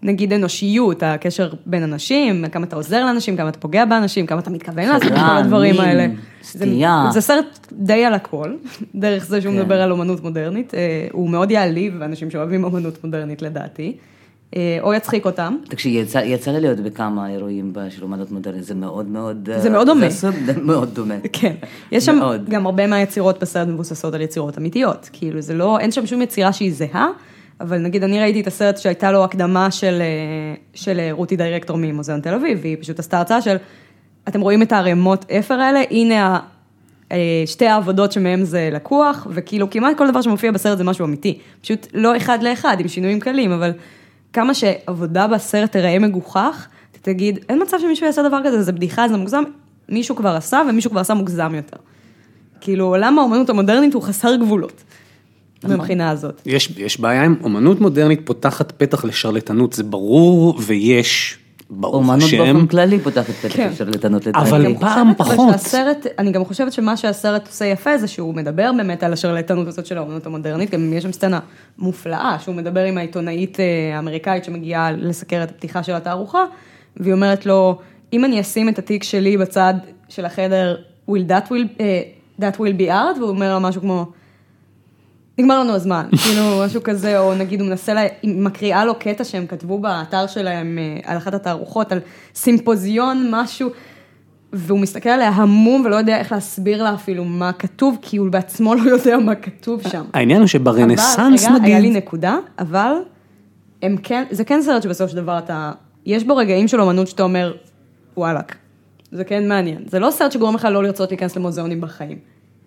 נגיד אנושיות, הקשר בין אנשים, כמה אתה עוזר לאנשים, כמה אתה פוגע באנשים, כמה אתה מתכוון לעשות את כל הדברים האלה. סטייה. זה סרט די על הכל, דרך זה שהוא מדבר על אומנות מודרנית, הוא מאוד יעליב, ואנשים שאוהבים אומנות מודרנית לדעתי, או יצחיק אותם. תקשיב, יצא לי להיות בכמה אירועים של אומנות מודרנית, זה מאוד מאוד... זה מאוד דומה. זה מאוד דומה. כן, יש שם גם הרבה מהיצירות בסרט מבוססות על יצירות אמיתיות, כאילו זה לא, אין שם שום יצירה שהיא זהה, אבל נגיד אני ראיתי את הסרט שהייתה לו הקדמה של, של רותי דירקטור ממוזיאון תל אביב, והיא פשוט עשתה הרצאה של, אתם רואים את הערימות אפר האלה, הנה שתי העבודות שמהם זה לקוח, וכאילו כמעט כל דבר שמופיע בסרט זה משהו אמיתי, פשוט לא אחד לאחד, עם שינויים קלים, אבל כמה שעבודה בסרט תראה מגוחך, אתה תגיד, אין מצב שמישהו יעשה דבר כזה, זה בדיחה, זה מוגזם, מישהו כבר עשה, ומישהו כבר עשה מוגזם יותר. כאילו, עולם האומנות המודרנית הוא חסר גבולות. מבחינה הזאת. יש, יש בעיה עם אומנות מודרנית פותחת פתח לשרלטנות, זה ברור ויש, ברוך השם. אומנות באופן כללי פותחת פתח לשרלטנות. אבל פעם פחות. שהסרט, אני גם חושבת שמה שהסרט עושה יפה זה שהוא מדבר באמת על השרלטנות הזאת של האומנות המודרנית, גם יש שם סצנה מופלאה, שהוא מדבר עם העיתונאית האמריקאית שמגיעה לסקר את הפתיחה של התערוכה, והיא אומרת לו, אם אני אשים את התיק שלי בצד של החדר, will that will, uh, that will be art, והוא אומר לו משהו כמו, נגמר לנו הזמן, כאילו משהו כזה, או נגיד הוא מנסה, לה, היא מקריאה לו קטע שהם כתבו באתר שלהם, על אחת התערוכות, על סימפוזיון, משהו, והוא מסתכל עליה המום, ולא יודע איך להסביר לה אפילו מה כתוב, כי הוא בעצמו לא יודע מה כתוב שם. העניין הוא שברנסנס אבל, נגיד... רגע, היה לי נקודה, אבל הם כן, זה כן סרט שבסוף של דבר אתה, יש בו רגעים של אומנות שאתה אומר, וואלק, זה כן מעניין. זה לא סרט שגורם לך לא לרצות להיכנס למוזיאונים בחיים.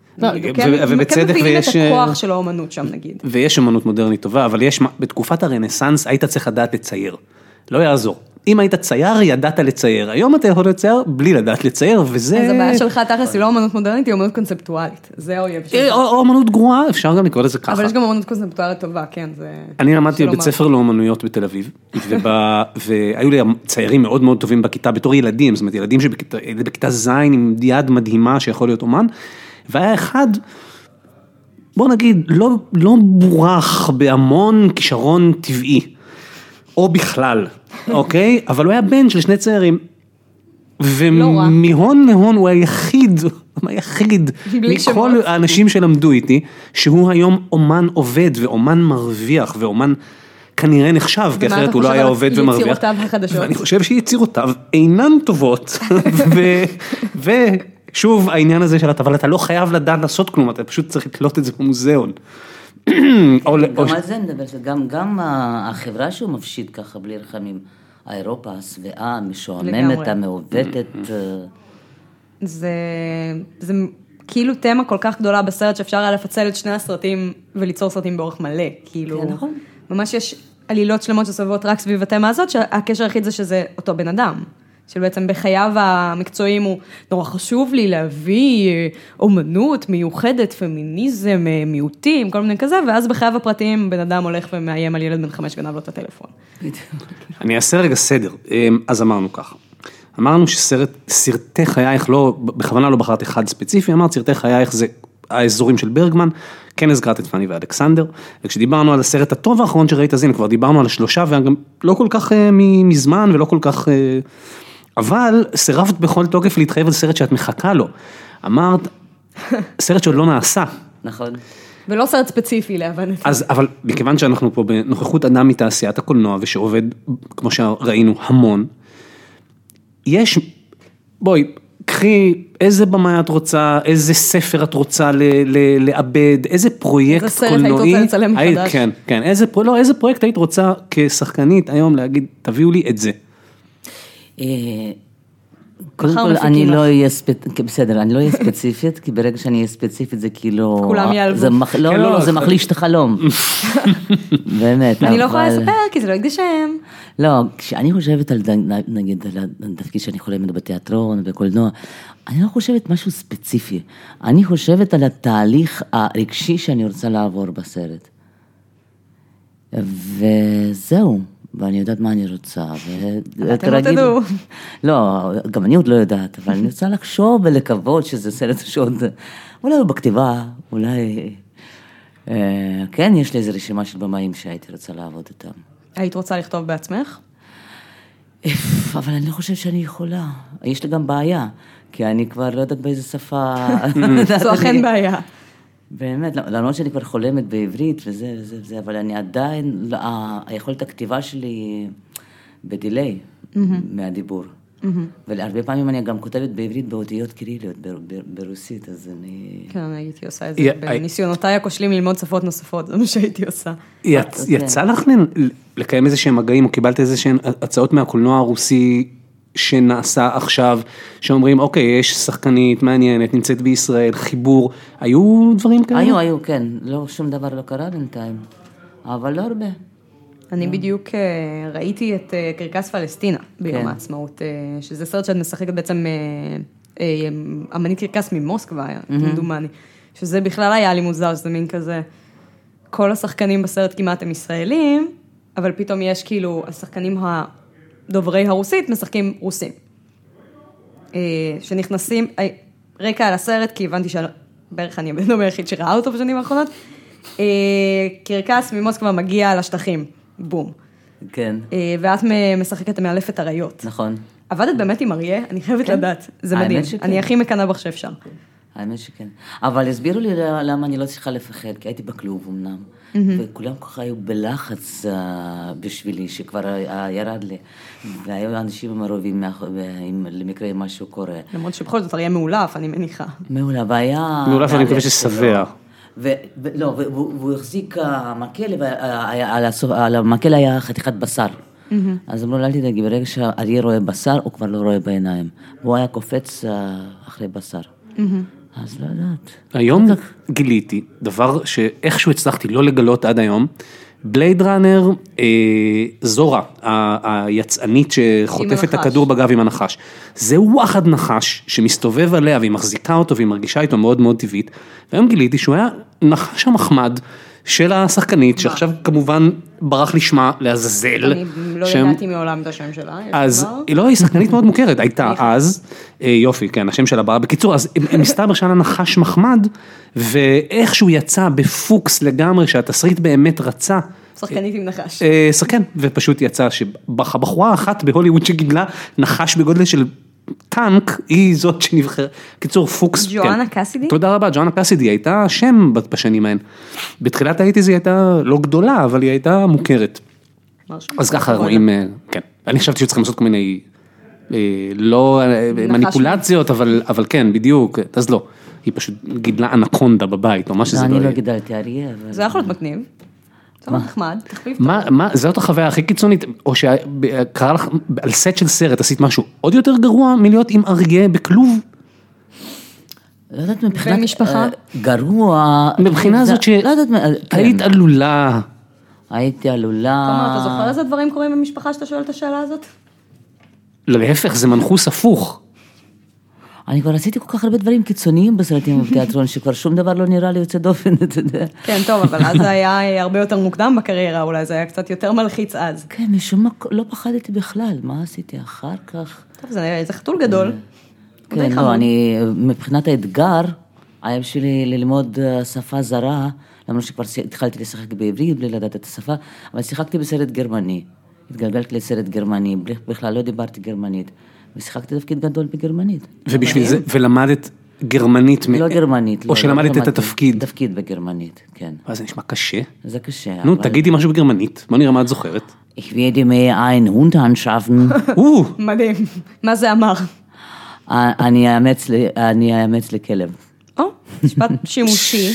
ובצדק ויש... את הכוח של האומנות שם נגיד. ויש אומנות מודרנית טובה, אבל יש, בתקופת הרנסנס היית צריך לדעת לצייר. לא יעזור. אם היית צייר, ידעת לצייר. היום אתה יכול לצייר בלי לדעת לצייר, וזה... אז הבעיה שלך תכלס היא לא אומנות מודרנית, היא אומנות קונספטואלית. זה האויב שלך. או אומנות גרועה, אפשר גם לקרוא לזה ככה. אבל יש גם אומנות קונספטואלית טובה, כן, זה... אני למדתי בבית ספר לאומנויות בתל אביב, והיו לי ציירים מאוד מאוד טובים בכיתה, בתור ילדים, זאת אומרת, ילדים שבכיתה זין עם יד מדהימה שיכול להיות אומן, והיה אחד, בוא נגיד, לא, לא בורח בהמון כישרון טבעי, או בכלל, אוקיי? אבל הוא היה בן של שני ציירים, ומהון להון הוא היחיד, הוא היחיד, מכל האנשים שלמדו איתי, שהוא היום אומן עובד, ואומן מרוויח, ואומן כנראה נחשב, כי אחרת הוא לא היה עובד ומרוויח. יצירותיו החדשות. ואני חושב שיצירותיו אינן טובות, ו... שוב, העניין הזה של אבל אתה לא חייב לדעת לעשות כלום, אתה פשוט צריך לתלות את זה במוזיאון. גם על זה נדבר, גם החברה שהוא מפשיט ככה בלי רחמים, האירופה השבעה, המשועממת, המעוותת. זה כאילו תמה כל כך גדולה בסרט שאפשר היה לפצל את שני הסרטים וליצור סרטים באורך מלא, כאילו. כן, נכון. ממש יש עלילות שלמות שסובבות רק סביב התמה הזאת, שהקשר היחיד זה שזה אותו בן אדם. שבעצם בחייו המקצועיים הוא נורא חשוב לי להביא אומנות מיוחדת, פמיניזם, מיעוטים, כל מיני כזה, ואז בחייו הפרטיים בן אדם הולך ומאיים על ילד בן חמש גנב לו את הטלפון. אני אעשה רגע סדר, אז אמרנו ככה, אמרנו שסרט, סרטי חייך, לא, בכוונה לא בחרת אחד ספציפי, אמרת סרטי חייך זה האזורים של ברגמן, כן הזכרת את פני ואלכסנדר, וכשדיברנו על הסרט הטוב האחרון שראית, אז הנה כבר דיברנו על השלושה, וגם לא כל כך מזמן ולא כל כך... אבל סירבת בכל תוקף להתחייב על סרט שאת מחכה לו. אמרת, סרט שעוד לא נעשה. נכון. ולא סרט ספציפי להבנתי. אז, אבל מכיוון שאנחנו פה בנוכחות אדם מתעשיית הקולנוע, ושעובד, כמו שראינו, המון, יש, בואי, קחי איזה במה את רוצה, איזה ספר את רוצה ל, ל, לאבד, איזה פרויקט איזה סרט קולנועי. היית רוצה לצלם מחדש. כן, כן, איזה, לא, איזה פרויקט היית רוצה כשחקנית היום להגיד, תביאו לי את זה. קודם כל, אני לא אהיה ספציפית, בסדר, אני לא אהיה ספציפית, כי ברגע שאני אהיה ספציפית זה כאילו... כולם יעלבו. לא, לא, זה מחליש את החלום. באמת. אני לא יכולה לספר, כי זה לא יקדשם. לא, כשאני חושבת על, נגיד, על התפקיד שאני חולמת בתיאטרון, בקולנוע, אני לא חושבת משהו ספציפי. אני חושבת על התהליך הרגשי שאני רוצה לעבור בסרט. וזהו. ואני יודעת מה אני רוצה. אתם לא תדעו. לא, גם אני עוד לא יודעת, אבל אני רוצה לחשוב ולקוות שזה סרט שעוד, אולי הוא בכתיבה, אולי, כן, יש לי איזו רשימה של במאים שהייתי רוצה לעבוד איתם. היית רוצה לכתוב בעצמך? אבל אני לא חושב שאני יכולה. יש לי גם בעיה, כי אני כבר לא יודעת באיזה שפה... זו אכן בעיה. באמת, למרות שאני כבר חולמת בעברית וזה וזה וזה, אבל אני עדיין, היכולת הכתיבה שלי בדיליי מהדיבור. והרבה פעמים אני גם כותבת בעברית באותיות קיריליות, ברוסית, אז אני... כן, אני הייתי עושה את זה בניסיונותיי הכושלים ללמוד שפות נוספות, זה מה שהייתי עושה. יצא לך לקיים איזה שהם מגעים, או קיבלת איזה שהם הצעות מהקולנוע הרוסי שנעשה עכשיו, שאומרים, אוקיי, יש שחקנית מעניינת, נמצאת בישראל, חיבור, היו דברים כאלה? היו, היו, כן, לא, שום דבר לא קרה בינתיים, אבל לא הרבה. אני בדיוק ראיתי את קרקס פלסטינה ביום העצמאות, שזה סרט שאת משחקת בעצם אמנית קרקס ממוסקבה, כמדומני, שזה בכלל היה לי מוזר, שזה מין כזה, כל השחקנים בסרט כמעט הם ישראלים, אבל פתאום יש כאילו, השחקנים הדוברי הרוסית משחקים רוסים, שנכנסים, רקע על הסרט, כי הבנתי שבערך אני הבן היחיד שראה אותו בשנים האחרונות, קרקס ממוסקבה מגיע לשטחים. בום. כן. ואת משחקת מאלפת הריות. נכון. עבדת באמת עם אריה? אני חייבת לדעת. זה מדהים. אני הכי מקנה בך שאפשר. האמת שכן. אבל הסבירו לי למה אני לא צריכה לפחד, כי הייתי בכלוב אמנם. וכולם ככה היו בלחץ בשבילי, שכבר ירד לי. והיו אנשים מרובים למקרה משהו קורה. למרות שבכל זאת אריה מאולף, אני מניחה. מאולף, והיה... מאולף אני מקווה שסבע. לא, והוא החזיק המקל, ועל המקל היה חתיכת בשר. אז אמרו, אל תדאגי, ברגע שהאריה רואה בשר, הוא כבר לא רואה בעיניים. והוא היה קופץ אחרי בשר. אז לא יודעת. היום גיליתי דבר שאיכשהו הצלחתי לא לגלות עד היום, בלייד ראנר, זורה, היצאנית שחוטפת את הכדור בגב עם הנחש. זה וואחד נחש שמסתובב עליה והיא מחזיקה אותו והיא מרגישה איתו מאוד מאוד טבעית. והיום גיליתי שהוא היה נחש המחמד של השחקנית, שעכשיו כמובן ברח לשמה לעזאזל. אני לא ידעתי מעולם את השם שלה. אז היא לא, היא שחקנית מאוד מוכרת, הייתה אז, יופי, כן, השם שלה ברח. בקיצור, אז מסתבר שהיה נחש מחמד, ואיכשהו יצא בפוקס לגמרי, שהתסריט באמת רצה. שחקנית עם נחש. שחקן, ופשוט יצא שבחורה אחת בהוליווד שגידלה נחש בגודל של טנק, היא זאת שנבחר, קיצור פוקס. ג'ואנה קסידי? תודה רבה, ג'ואנה קסידי, הייתה שם בשנים ההן. בתחילת הייתי זה הייתה לא גדולה, אבל היא הייתה מוכרת. אז ככה רואים, כן, אני חשבתי שצריכים לעשות כל מיני, לא מניפולציות, אבל כן, בדיוק, אז לא, היא פשוט גידלה אנקונדה בבית, או מה שזה לא יהיה. אני לא גידלתי אריה. זה יכול להיות מגניב. זה נחמד, תחביב טוב. מה, זאת החוויה הכי קיצונית, או שקרה לך על סט של סרט, עשית משהו עוד יותר גרוע מלהיות עם אריה בכלוב? לא יודעת, מבחינת משפחה? גרוע. מבחינה הזאת שהיית עלולה. הייתי עלולה. תומר, אתה זוכר איזה דברים קורים במשפחה שאתה שואל את השאלה הזאת? להפך, זה מנחוס הפוך. אני כבר עשיתי כל כך הרבה דברים קיצוניים בסרטים ובתיאטרון, שכבר שום דבר לא נראה לי יוצא דופן, אתה יודע. כן, טוב, אבל אז זה היה הרבה יותר מוקדם בקריירה, אולי זה היה קצת יותר מלחיץ אז. כן, משום מה לא פחדתי בכלל, מה עשיתי אחר כך? טוב, זה חתול גדול. כן, לא, אני, מבחינת האתגר, היה בשבילי ללמוד שפה זרה, למרות שכבר התחלתי לשחק בעברית, בלי לדעת את השפה, אבל שיחקתי בסרט גרמני, התגלגלתי לסרט גרמני, בכלל לא דיברתי גרמנית. ושיחקתי תפקיד גדול בגרמנית. ובשביל זה, ולמדת גרמנית? לא גרמנית. או שלמדת את התפקיד? תפקיד בגרמנית, כן. אבל זה נשמע קשה. זה קשה. נו, תגידי משהו בגרמנית, בוא נראה מה את זוכרת. Ich werde mir einen Hund anschaffen. מדהים. מה זה אמר? אני אאמץ לכלב. או, משפט שימושי.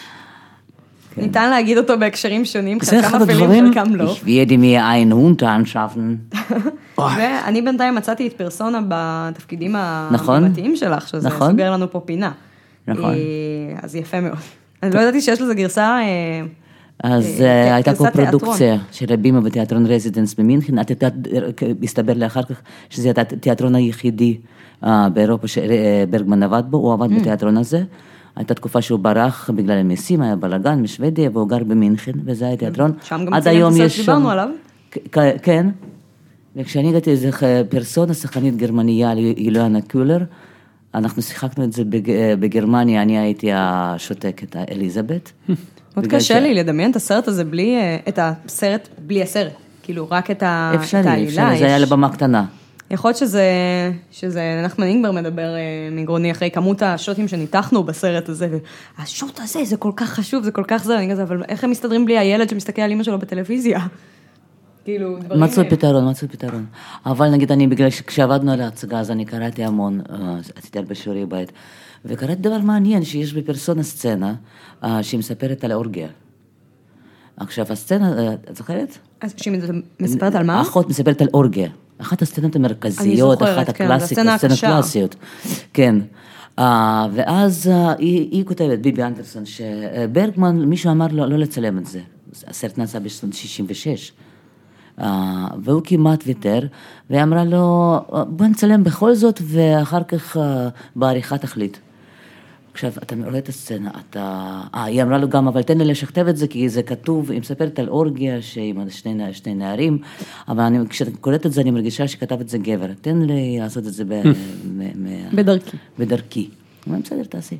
ניתן להגיד אותו בהקשרים שונים, חלקם אפלים, חלקם לא. Ich werde mir einen Hund anschaffen. ואני בינתיים מצאתי את פרסונה בתפקידים המתאים שלך, שזה סוגר לנו פה פינה. נכון. אז יפה מאוד. אני לא ידעתי שיש לזה גרסה... אז הייתה פה פרודוקציה של הבימה בתיאטרון רזידנס במינכן, הסתבר לי אחר כך שזה היה התיאטרון היחידי באירופה שברגמן עבד בו, הוא עבד בתיאטרון הזה. הייתה תקופה שהוא ברח בגלל המיסים, היה בלגן משוודיה, והוא גר במינכן, וזה היה תיאטרון. שם גם ציינת הסרט שדיברנו עליו. כן, וכשאני הגעתי איזו פרסונה, שחקנית גרמניה, אילנה קולר, אנחנו שיחקנו את זה בגרמניה, אני הייתי השותקת, אליזבת. מאוד קשה לי לדמיין את הסרט הזה בלי, את הסרט בלי הסרט. כאילו רק את העלילה. אפשרי, אפשרי, זה היה לבמה קטנה. יכול להיות שזה, שזה נחמן אינגבר מדבר מגרוני אחרי כמות השוטים שניתחנו בסרט הזה, והשוט הזה זה כל כך חשוב, זה כל כך זה, אני כזה, אבל איך הם מסתדרים בלי הילד שמסתכל על אמא שלו בטלוויזיה? כאילו, דברים... מצאו פתרון, מצאו פתרון. אבל נגיד אני, בגלל שכשעבדנו על ההצגה, אז אני קראתי המון, עשיתי הרבה שיעורי בית, וקראתי דבר מעניין, שיש בפרסונה סצנה, שהיא מספרת על האורגיה. עכשיו, הסצנה, את זוכרת? שהיא מספרת על מה? האחות מספרת על אורגיה. אחת הסצנות המרכזיות, אחת הקלאסיקות, הסצנות קלאסיות. כן. ואז היא כותבת, ביבי אנדרסון, שברגמן, מישהו אמר לו לא לצלם את זה. הסרט נעשה בשנת שישים ושש. והוא כמעט ויתר, והיא אמרה לו, בוא נצלם בכל זאת, ואחר כך בעריכה תחליט. עכשיו, אתה רואה את הסצנה, אתה... אה, היא אמרה לו גם, אבל תן לי לשכתב את זה, כי זה כתוב, היא מספרת על אורגיה, שעם שני, שני נערים, אבל אני, כשאתה קוראת את זה, אני מרגישה שכתב את זה גבר. תן לי לעשות את זה ב... בדרכי. בדרכי. אבל בסדר, תעשי.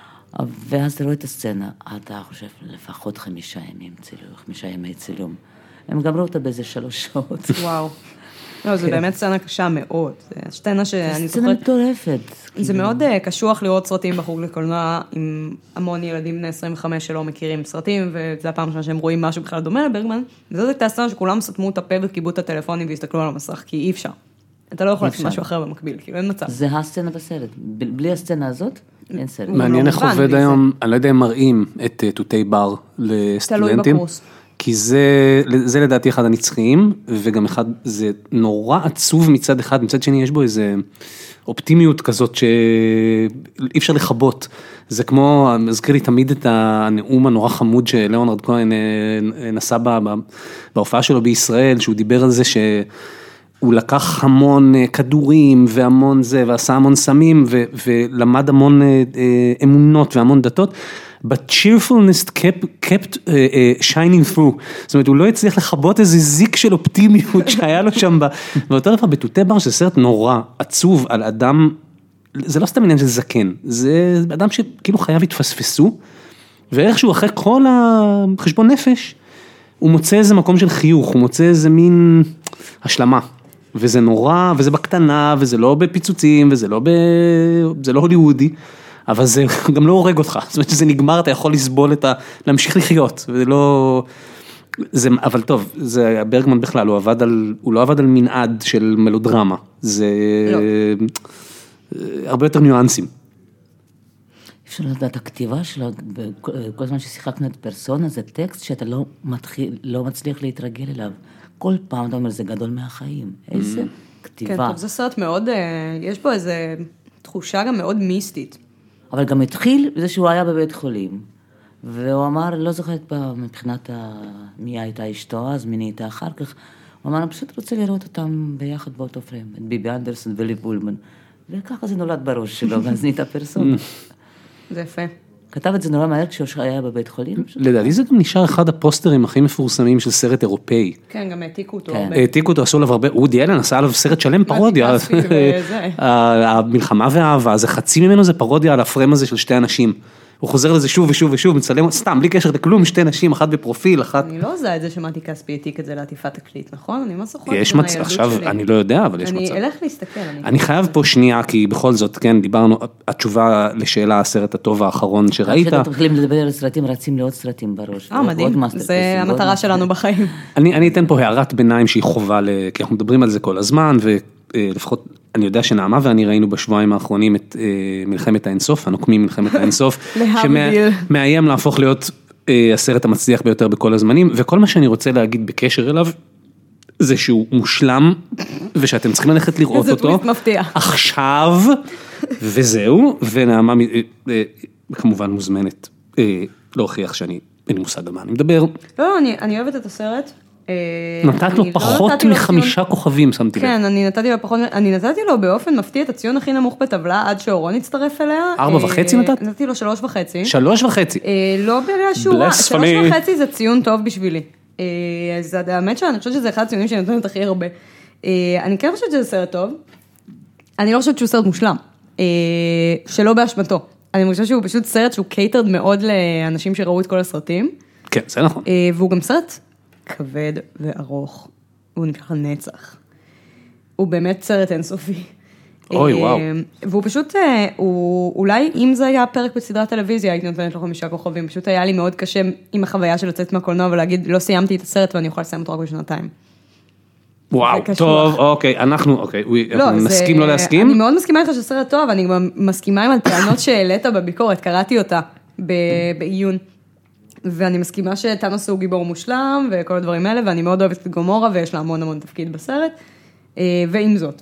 ואז אתה רואה את הסצנה, אתה חושב, לפחות חמישה ימים צילום, חמישה ימי צילום. הם גמרו אותה באיזה שלוש שעות. וואו. לא, זה באמת סצנה קשה מאוד. זה סצנה שאני זוכרת... סצנה מטורפת. זה מאוד קשוח לראות סרטים בחוג לקולנוע עם המון ילדים בני עשרים וחמש שלא מכירים סרטים, וזה הפעם ראשונה שהם רואים משהו בכלל דומה לברגמן. וזאת הייתה הסצנה שכולם סתמו את הפה וקיבלו את הטלפונים והסתכלו על המסך, כי אי אפשר. אתה לא יכול לעשות משהו אחר במקביל, כאילו אין מצב. זה הסצנה בסרט. בלי הסצנה הזאת, אין סרט. מעניין איך עובד היום, אני לא יודע אם מראים את תותי בר לסטודנטים. תלוי בקורס. כי זה, זה לדעתי אחד הנצחיים, וגם אחד, זה נורא עצוב מצד אחד, מצד שני יש בו איזה אופטימיות כזאת שאי אפשר לחבות. זה כמו, מזכיר לי תמיד את הנאום הנורא חמוד שלאונרד כהן נסע בהופעה שלו בישראל, שהוא דיבר על זה שהוא לקח המון כדורים והמון זה, ועשה המון סמים, ולמד המון אמונות והמון דתות, but cheerfulness kept, kept uh, uh, shining through. זאת אומרת, הוא לא הצליח לחבות איזה זיק של אופטימיות שהיה לו שם. ואותו דבר, בתותי בר, שזה סרט נורא עצוב על אדם, זה לא סתם עניין של זקן, זה אדם שכאילו חייו התפספסו, ואיכשהו אחרי כל החשבון נפש, הוא מוצא איזה מקום של חיוך, הוא מוצא איזה מין השלמה. וזה נורא, וזה בקטנה, וזה לא בפיצוצים, וזה לא ב... זה לא הוליוודי. אבל זה גם לא הורג אותך, זאת אומרת שזה נגמר, אתה יכול לסבול את ה... להמשיך לחיות, וזה לא... זה, אבל טוב, זה ברגמן בכלל, הוא עבד על, הוא לא עבד על מנעד של מלודרמה, זה לא. הרבה יותר ניואנסים. אפשר לדעת, הכתיבה שלו, כל זמן ששיחקנו את פרסונה, זה טקסט שאתה לא מתחיל, לא מצליח להתרגל אליו. כל פעם אתה אומר, זה גדול מהחיים. איזה כתיבה. כן, טוב, זה סרט מאוד, יש בו איזה תחושה גם מאוד מיסטית. אבל גם התחיל בזה שהוא היה בבית חולים, והוא אמר, לא זוכרת מבחינת מי הייתה אשתו, אז מי נהייתה אחר כך, הוא אמר, אני פשוט רוצה לראות אותם ביחד באותו פריים, את ביבי אנדרסון ולי בולמן, וככה זה נולד בראש שלו, ואז נהייתה פרסונה. זה יפה. כתב את זה נורא מהר כשהוא היה בבית חולים. לדעתי זה גם נשאר אחד הפוסטרים הכי מפורסמים של סרט אירופאי. כן, גם העתיקו אותו. העתיקו אותו, עשו עליו הרבה, אודי אלן עשה עליו סרט שלם פרודיה. המלחמה והאהבה, זה חצי ממנו זה פרודיה על הפריים הזה של שתי אנשים. הוא חוזר לזה שוב ושוב ושוב, מצלם, סתם, בלי קשר לכלום, שתי נשים, אחת בפרופיל, אחת... אני לא עושה את זה שמעתי כספי העתיק את זה לעטיפת תקליט, נכון? אני לא זוכרת. יש מצב, עכשיו, אני לא יודע, אבל יש מצב. אני אלך להסתכל. אני חייב פה שנייה, כי בכל זאת, כן, דיברנו, התשובה לשאלה הסרט הטוב האחרון שראית. כשאתם מתחילים לדבר על סרטים, רצים לעוד סרטים בראש. אה, מדהים, זה המטרה שלנו בחיים. אני אתן פה הערת ביניים שהיא חובה, כי אנחנו מדברים על זה כל הזמן, ולפחות אני יודע שנעמה ואני ראינו בשבועיים האחרונים את מלחמת האינסוף, הנוקמים מלחמת האינסוף, שמאיים להפוך להיות הסרט המצליח ביותר בכל הזמנים, וכל מה שאני רוצה להגיד בקשר אליו, זה שהוא מושלם, ושאתם צריכים ללכת לראות אותו, עכשיו, וזהו, ונעמה כמובן מוזמנת להוכיח שאני, אין לי מושג על מה אני מדבר. לא, אני אוהבת את הסרט, נתת לו פחות מחמישה כוכבים, שמתי לב. כן, אני נתתי לו פחות, אני נתתי לו באופן מפתיע את הציון הכי נמוך בטבלה, עד שאורון הצטרף אליה. ארבע וחצי נתת? נתתי לו שלוש וחצי. שלוש וחצי? לא בגלל שורה, שלוש וחצי זה ציון טוב בשבילי. אז האמת שאני חושבת שזה אחד הציונים שאני נותנת הכי הרבה. אני כן חושבת שזה סרט טוב, אני לא חושבת שהוא סרט מושלם, שלא באשמתו. אני חושבת שהוא פשוט סרט שהוא קייטרד מאוד לאנשים שראו את כל הסרטים. כן, זה נכון. והוא גם סרט כבד וארוך, הוא נקרא נצח. הוא באמת סרט אינסופי. אוי, וואו. והוא פשוט, הוא, אולי אם זה היה פרק בסדרת טלוויזיה, הייתי נותנת לו חמישה כוכבים, פשוט היה לי מאוד קשה עם החוויה של לצאת מהקולנוע ולהגיד, לא סיימתי את הסרט ואני אוכל לסיים אותו רק בשנתיים. וואו, טוב, אוקיי, אנחנו, אוקיי, אנחנו נסכים לא להסכים? אני מאוד מסכימה איתך שסרט טוב, אני גם מסכימה עם הטענות שהעלית בביקורת, קראתי אותה בעיון, ואני מסכימה שטאנוס הוא גיבור מושלם וכל הדברים האלה, ואני מאוד אוהבת את גומורה ויש לה המון המון תפקיד בסרט, ועם זאת.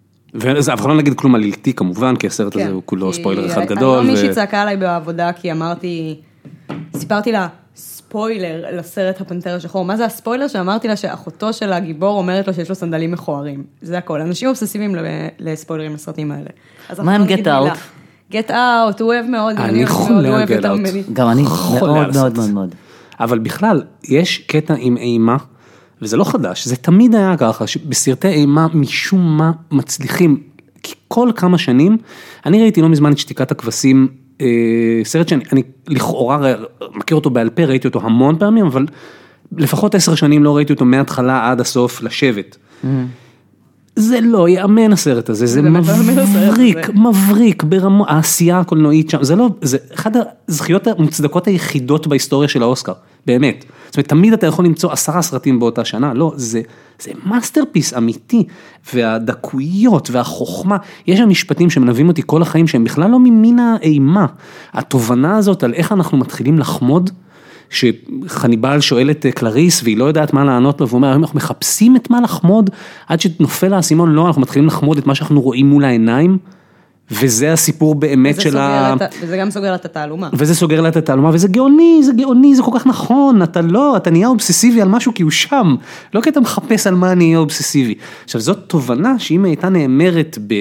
ואף לא נגיד כלום עלילתי כמובן, כי הסרט הזה הוא כולו ספוילר אחד גדול. אני לא מישהי צעקה עליי בעבודה, כי אמרתי, סיפרתי לה ספוילר לסרט הפנתר השחור. מה זה הספוילר? שאמרתי לה שאחותו של הגיבור אומרת לו שיש לו סנדלים מכוערים. זה הכל. אנשים אובססיביים לספוילרים לסרטים האלה. מה עם Get Out? Get Out, הוא אוהב מאוד. אני חולה על Get Out. גם אני, מאוד מאוד מאוד מאוד. אבל בכלל, יש קטע עם אימה, וזה לא חדש, זה תמיד היה ככה, שבסרטי אימה משום מה מצליחים, כי כל כמה שנים, אני ראיתי לא מזמן את שתיקת הכבשים, אה, סרט שאני אני, לכאורה מכיר אותו בעל פה, ראיתי אותו המון פעמים, אבל לפחות עשר שנים לא ראיתי אותו מההתחלה עד הסוף לשבת. Mm-hmm. זה לא יאמן הסרט הזה, זה מבריק, מבריק ברמו, העשייה הקולנועית שם, זה לא, זה אחד הזכיות המוצדקות היחידות בהיסטוריה של האוסקר, באמת. זאת אומרת, תמיד אתה יכול למצוא עשרה סרטים באותה שנה, לא, זה, זה מאסטרפיס אמיתי, והדקויות והחוכמה, יש שם משפטים שמלווים אותי כל החיים, שהם בכלל לא ממין האימה, התובנה הזאת על איך אנחנו מתחילים לחמוד, שחניבל שואל את קלריס, והיא לא יודעת מה לענות לו, והוא אומר, אנחנו מחפשים את מה לחמוד, עד שנופל האסימון, לא, אנחנו מתחילים לחמוד את מה שאנחנו רואים מול העיניים, וזה הסיפור באמת של ה... וזה גם סוגר את התעלומה. וזה סוגר את התעלומה, וזה גאוני, זה גאוני, זה כל כך נכון, אתה לא, אתה נהיה אובססיבי על משהו, כי הוא שם, לא כי אתה מחפש על מה נהיה אובססיבי. עכשיו, זאת תובנה, שאם הייתה נאמרת ב...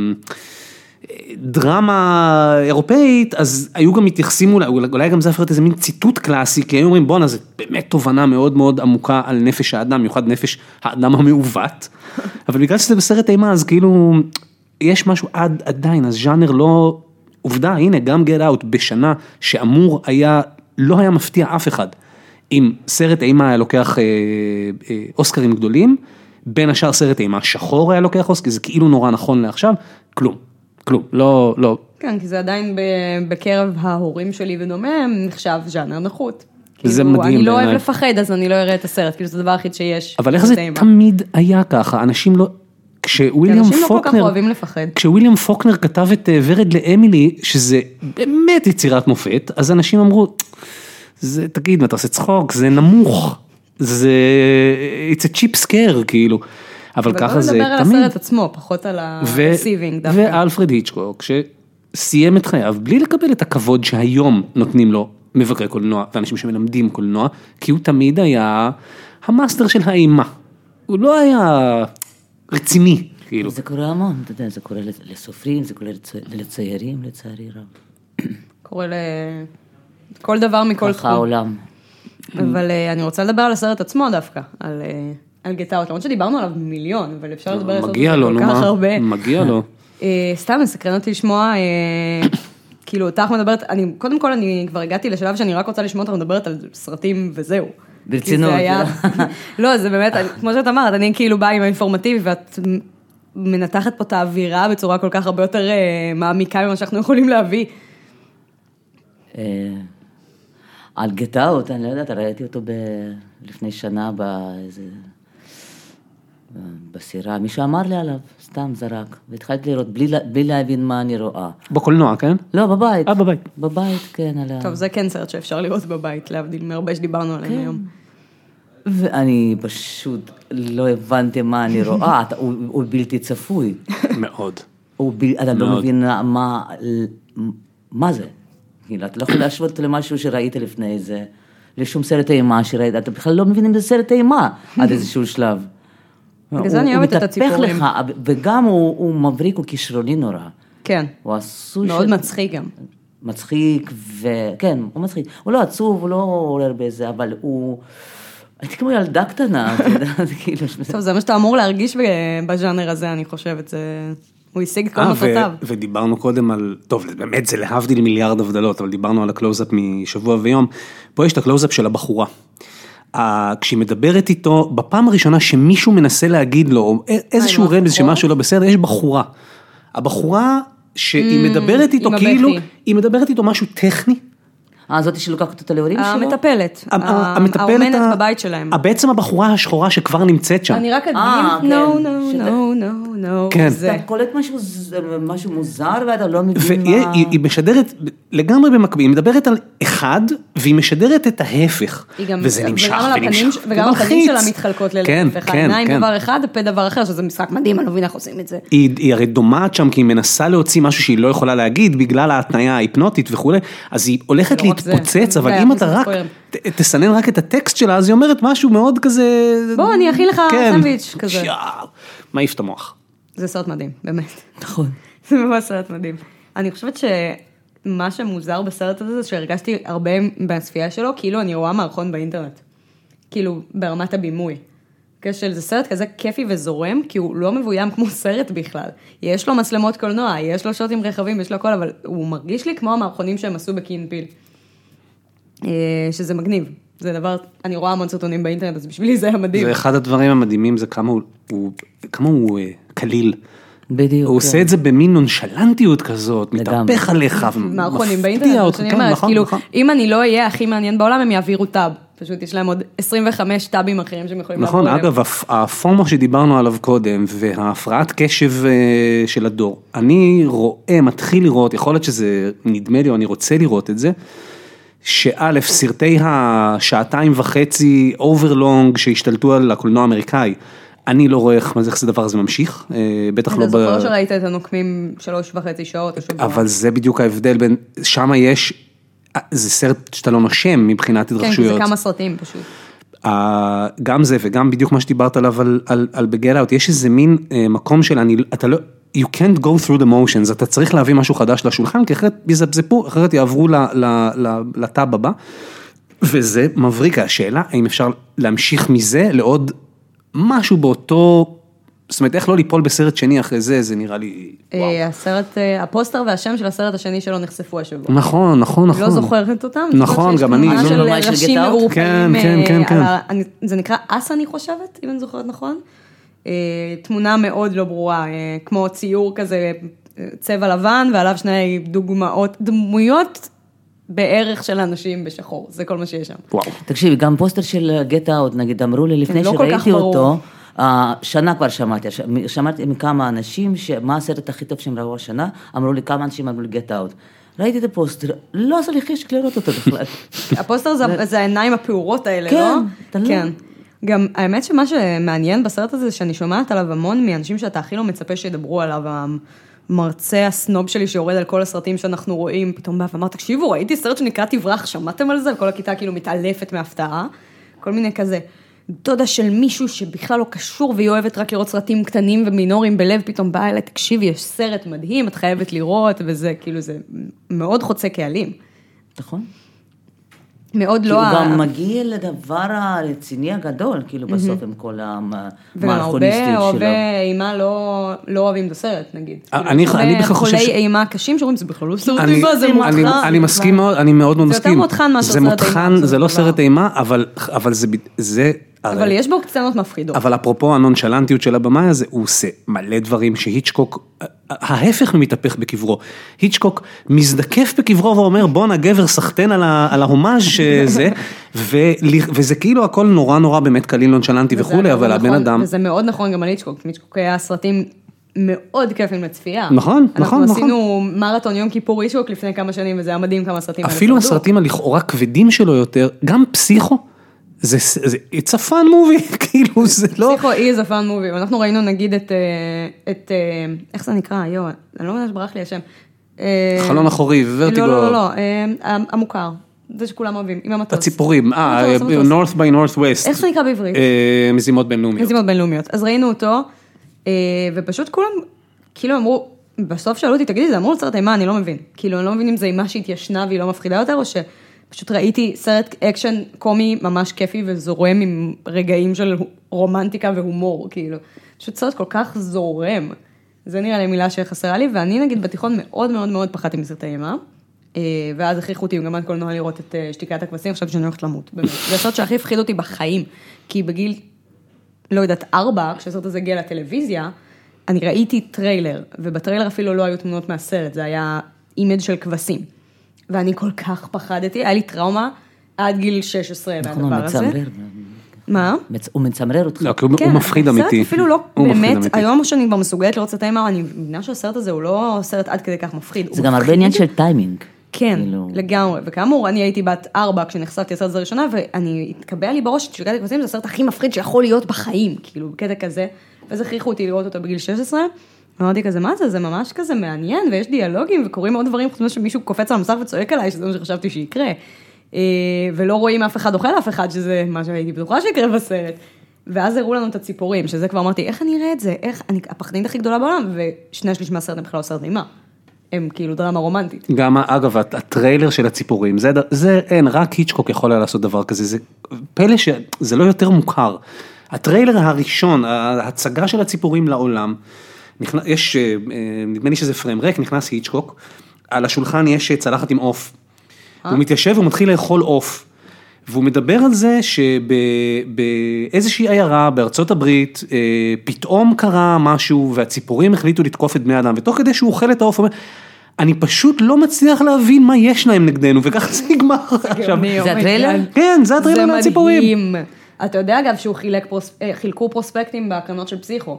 דרמה אירופאית, אז היו גם מתייחסים, אולי, אולי גם זה הפרת איזה מין ציטוט קלאסי, כי היו אומרים, בואנה, זה באמת תובנה מאוד מאוד עמוקה על נפש האדם, מיוחד נפש האדם המעוות, אבל בגלל שזה בסרט אימה, אז כאילו, יש משהו עד עדיין, אז ז'אנר לא, עובדה, הנה, גם Get Out, בשנה שאמור היה, לא היה מפתיע אף אחד, אם סרט אימה היה לוקח אה, אה, אוסקרים גדולים, בין השאר סרט אימה שחור היה לוקח אוסקר, זה כאילו נורא נכון לעכשיו, כלום. כלום, לא, לא. כן, כי זה עדיין בקרב ההורים שלי ודומה, נחשב ז'אנר נחות. זה מדהים. אני לא אוהב לפחד, אז אני לא אראה את הסרט, כאילו זה הדבר הכי שיש. אבל איך זה תמיד היה ככה, אנשים לא, כשוויליאם פוקנר, אנשים לא כל כך אוהבים לפחד. כשוויליאם פוקנר כתב את ורד לאמילי, שזה באמת יצירת מופת, אז אנשים אמרו, זה, תגיד, מה אתה עושה צחוק, זה נמוך, זה, it's a cheap scare, כאילו. אבל ככה זה תמיד. אבל בוא נדבר על הסרט עצמו, פחות על ה-receiving דווקא. ואלפרד היצ'קוק, שסיים את חייו, בלי לקבל את הכבוד שהיום נותנים לו מבקרי קולנוע, ואנשים שמלמדים קולנוע, כי הוא תמיד היה המאסטר של האימה. הוא לא היה רציני, כאילו. זה קורה המון, אתה יודע, זה קורה לסופרים, זה קורה לציירים, לצערי רב. קורה לכל דבר מכל תחום. ככה העולם. אבל אני רוצה לדבר על הסרט עצמו דווקא, על... על Get Out, למרות שדיברנו עליו מיליון, אבל אפשר לדבר על זה כל כך הרבה. מגיע לו. סתם, מסקרן אותי לשמוע, כאילו, אותך מדברת, קודם כל אני כבר הגעתי לשלב שאני רק רוצה לשמוע אותך מדברת על סרטים וזהו. ברצינות. לא, זה באמת, כמו שאת אמרת, אני כאילו באה עם האינפורמטיבי, ואת מנתחת פה את האווירה בצורה כל כך הרבה יותר מעמיקה ממה שאנחנו יכולים להביא. על Get Out, אני לא יודעת, ראיתי אותו לפני שנה באיזה... בסירה, מישהו אמר לי עליו, סתם זרק, והתחלתי לראות, בלי, בלי להבין מה אני רואה. בקולנוע, כן? לא, בבית. אה, בבית. בבית, כן. על טוב, זה כן סרט שאפשר לראות בבית, להבדיל מהרבה שדיברנו עליהם כן. היום. ואני פשוט לא הבנתי מה אני רואה, הוא, הוא בלתי צפוי. מאוד. הוא ב... אתה מאוד. לא מבין מה, מה זה. אתה לא יכול להשוות אותו למשהו שראית לפני זה, לשום סרט אימה שראית, אתה בכלל לא מבין אם זה סרט אימה, עד איזשהו שלב. בגלל זה אני אוהבת את הציפורים. לך, וגם הוא, הוא מבריק, הוא כישרוני נורא. כן. הוא עשוי מאוד של... מצחיק גם. מצחיק, וכן, הוא מצחיק. הוא לא עצוב, הוא לא עורר בזה, אבל הוא... הייתי כמו ילדה קטנה, אתה יודע, זה כאילו... טוב, זה מה שאתה אמור להרגיש בז'אנר הזה, אני חושבת, זה... הוא השיג כל מטרותיו. ודיברנו קודם על... טוב, באמת זה להבדיל מיליארד הבדלות, אבל דיברנו על הקלוזאפ משבוע ויום. פה יש את הקלוזאפ של הבחורה. כשהיא מדברת איתו, בפעם הראשונה שמישהו מנסה להגיד לו, או איזשהו רמז שמשהו לא בסדר, יש בחורה. הבחורה שהיא מדברת איתו כאילו, היא מדברת איתו משהו טכני. אה, זאתי שלוקחת אותה להורים שלו? המטפלת, האומנת בבית שלהם. בעצם הבחורה השחורה שכבר נמצאת שם. אני רק אדגים, no, no, no, no, no. כן. אתה קולט משהו מוזר ואתה לא מבין מה... והיא משדרת לגמרי במקביל, היא מדברת על אחד, והיא משדרת את ההפך. וזה נמשך ונמשך. וגם הפנים שלה מתחלקות ללהפך. העיניים דבר אחד, הפה דבר אחר, שזה משחק מדהים, אני לא מבינה איך עושים את זה. היא הרי דומעת שם, כי היא מנסה להוציא משהו שהיא לא יכולה להגיד, בגלל ההתניה ההיפנוטית וכו'. אז היא הולכת להתפוצץ, אבל אם אתה רק תסנן רק את הטקסט שלה, אז היא אומרת משהו מאוד כזה... בוא, אני אכין לך סנדוויץ' כזה. מעיף את המוח. זה סרט מדהים, באמת. נכון. זה ממש סרט מדהים. אני חושבת שמה שמוזר בסרט הזה, זה שהרגשתי הרבה בצפייה שלו, כאילו אני רואה מערכון באינטרנט. כאילו, ברמת הבימוי. כשל זה סרט כזה כיפי וזורם, כי הוא לא מבוים כמו סרט בכלל. יש לו מצלמות קולנוע, יש לו שוטים רחבים, יש לו הכל, אבל הוא מרגיש לי כמו המערכונים שהם עשו בקין פיל. שזה מגניב. זה דבר, אני רואה המון סרטונים באינטרנט, אז בשבילי זה היה מדהים. זה אחד הדברים המדהימים, זה כמה הוא, כמה הוא קליל. בדיוק. הוא עושה את זה במין נונשלנטיות כזאת, מתהפך עליך, מערכונים באינטרנט, שאני אומרת, כאילו, אם אני לא אהיה הכי מעניין בעולם, הם יעבירו טאב. פשוט יש להם עוד עשרים וחמישה טאבים אחרים שהם יכולים לעבור עליהם. נכון, אגב, הפורמה שדיברנו עליו קודם, וההפרעת קשב של הדור, אני רואה, מתחיל לראות, יכול להיות שזה נדמה לי, או אני רוצה לראות את זה, שא', סרטי השעתיים וחצי אוברלונג שהשתלטו על הקולנוע האמריקאי, אני לא רואה איך זה דבר הזה ממשיך, בטח לא... אתה זוכר שראית את הנוקמים שלוש וחצי שעות, אבל זה בדיוק ההבדל בין, שם יש, זה סרט שאתה לא נושם מבחינת התרחשויות. כן, כי זה כמה סרטים פשוט. גם זה וגם בדיוק מה שדיברת עליו על בגט אאוט, יש איזה מין מקום של, אתה לא... you can't go through the motions, אתה צריך להביא משהו חדש לשולחן, כי אחרת יזפזפו, אחרת יעברו לטאב הבא, וזה מבריק. השאלה, האם אפשר להמשיך מזה לעוד משהו באותו, זאת אומרת, איך לא ליפול בסרט שני אחרי זה, זה נראה לי, וואו. הסרט, הפוסטר והשם של הסרט השני שלו נחשפו השבוע. נכון, נכון, נכון. לא זוכרת אותם. נכון, גם אני. של ראשים אירופאים. כן, כן, כן. זה נקרא אס, אני חושבת, אם אני זוכרת נכון. תמונה מאוד לא ברורה, כמו ציור כזה, צבע לבן, ועליו שני דוגמאות, דמויות בערך של אנשים בשחור, זה כל מה שיש שם. וואו. תקשיבי, גם פוסטר של גט אאוט, נגיד, אמרו לי לפני שראיתי אותו, שנה כבר שמעתי, שמעתי מכמה אנשים, מה הסרט הכי טוב שהם ראו השנה, אמרו לי כמה אנשים אמרו לי גט אאוט. ראיתי את הפוסטר, לא עשה לי חשק לראות אותו בכלל. הפוסטר זה העיניים הפעורות האלה, לא? כן. גם האמת שמה שמעניין בסרט הזה, שאני שומעת עליו המון מאנשים שאתה הכי לא מצפה שידברו עליו, המרצה הסנוב שלי שיורד על כל הסרטים שאנחנו רואים, פתאום בא ואמר, תקשיבו, ראיתי סרט שנקרא תברח, שמעתם על זה? וכל הכיתה כאילו מתעלפת מהפתעה, כל מיני כזה, דודה של מישהו שבכלל לא קשור, והיא אוהבת רק לראות סרטים קטנים ומינוריים בלב, פתאום באה אליי, תקשיבי, יש סרט מדהים, את חייבת לראות, וזה כאילו, זה מאוד חוצה קהלים. נכון. מאוד לא... כי הוא גם מגיע לדבר הרציני הגדול, כאילו בסוף עם כל המערכוניסטים שלו. והרבה אימה לא אוהבים את הסרט, נגיד. אני בכלל חושב ש... חולי אימה קשים שאומרים, זה בכלל לא סרט אימה, זה מותחן. אני מסכים מאוד, אני מאוד מאוד מסכים. זה יותר מותחן מאשר סרט אימה. זה מותחן, זה לא סרט אימה, אבל זה... אבל יש בו קצנות מפחידות. אבל אפרופו הנונשלנטיות של הבמאי הזה, הוא עושה מלא דברים שהיצ'קוק, ההפך מתהפך בקברו. היצ'קוק מזדקף בקברו ואומר, בוא נגבר סחטן על ההומאז' שזה, וזה כאילו הכל נורא נורא באמת קליל נונשלנטי וכולי, אבל הבן אדם... וזה מאוד נכון גם על היצ'קוק, היצ'קוק היה סרטים מאוד כיפים לצפייה. נכון, נכון, נכון. אנחנו עשינו מרתון יום כיפור היצ'קוק לפני כמה שנים, וזה היה מדהים כמה סרטים. אפילו הסרטים הלכאורה כבדים שלו יותר, גם פסיכו, זה, זה, it's a fun movie, כאילו זה לא... פסיכו is a fun movie, ואנחנו ראינו נגיד את, את, איך זה נקרא, יו, אני לא מבינה שברח לי השם. חלון אחורי, ורטיגו. לא, לא, לא, המוכר, זה שכולם אוהבים, עם המטוס. הציפורים, אה, North by Northwest. איך זה נקרא בעברית? מזימות בינלאומיות. מזימות בינלאומיות, אז ראינו אותו, ופשוט כולם, כאילו אמרו, בסוף שאלו אותי, תגידי, זה אמור לסרט אימה, אני לא מבין. כאילו, אני לא מבין אם זה אימה שהתיישנה והיא לא מפחידה יותר, או ש... פשוט ראיתי סרט אקשן קומי ממש כיפי וזורם עם רגעים של רומנטיקה והומור, כאילו. פשוט סרט כל כך זורם. זה נראה לי מילה שחסרה לי, ואני נגיד בתיכון מאוד מאוד מאוד פחדתי מסרטי אימה. ואז הכריחו אותי גם קולנוע לראות את שתיקת הכבשים, עכשיו שאני הולכת למות, באמת. זה הסרט שהכי הפחיד אותי בחיים, כי בגיל, לא יודעת, ארבע, כשהסרט הזה הגיע לטלוויזיה, אני ראיתי טריילר, ובטריילר אפילו לא היו תמונות מהסרט, זה היה אימג' של כבשים. ואני כל כך פחדתי, היה לי טראומה עד גיל שש עשרה מהדבר הזה. מה? הוא מצמרר אותך. לא, כי הוא מפחיד אמיתי. הסרט אפילו לא באמת, היום שאני כבר מסוגלת לראות סרטי אימה, אני מבינה שהסרט הזה הוא לא סרט עד כדי כך מפחיד. זה גם הרבה עניין של טיימינג. כן, לגמרי. וכאמור, אני הייתי בת ארבע כשנחשפתי לסרט הזה ראשונה, ואני התקבע לי בראש שתיקת הכבשים זה הסרט הכי מפחיד שיכול להיות בחיים, כאילו, בקטע כזה. ואז הכריחו אותי לראות אותו בגיל שש עשרה. אמרתי כזה, מה זה? זה ממש כזה מעניין, ויש דיאלוגים, וקוראים עוד דברים, חוץ מזה שמישהו קופץ על המסך וצועק עליי, שזה מה שחשבתי שיקרה. ולא רואים אף אחד אוכל אף אחד, שזה מה שהייתי בטוחה שיקרה בסרט. ואז הראו לנו את הציפורים, שזה כבר אמרתי, איך אני אראה את זה? איך, אני הפחדנית הכי גדולה בעולם, ושני שליש מהסרט הם בכלל לא סרט אימה. הם כאילו דרמה רומנטית. גם, אגב, הטריילר של הציפורים, זה, זה אין, רק היצ'קוק יכול לעשות דבר כזה, זה פלא שזה לא יותר מוכר. הטריילר הראשון, ההצגה של הציפורים לעולם, יש, נדמה לי שזה פריים ריק, נכנס היצ'קוק, על השולחן יש צלחת עם אוף, הוא מתיישב ומתחיל לאכול אוף, והוא מדבר על זה שבאיזושהי עיירה בארצות הברית, פתאום קרה משהו, והציפורים החליטו לתקוף את בני אדם, ותוך כדי שהוא אוכל את האוף, הוא אומר, אני פשוט לא מצליח להבין מה יש להם נגדנו, וכך זה נגמר. זה הטריילר? כן, זה הטריילר מהציפורים. זה מדהים. אתה יודע אגב שהוא חילקו פרוספקטים בהקרנות של פסיכו,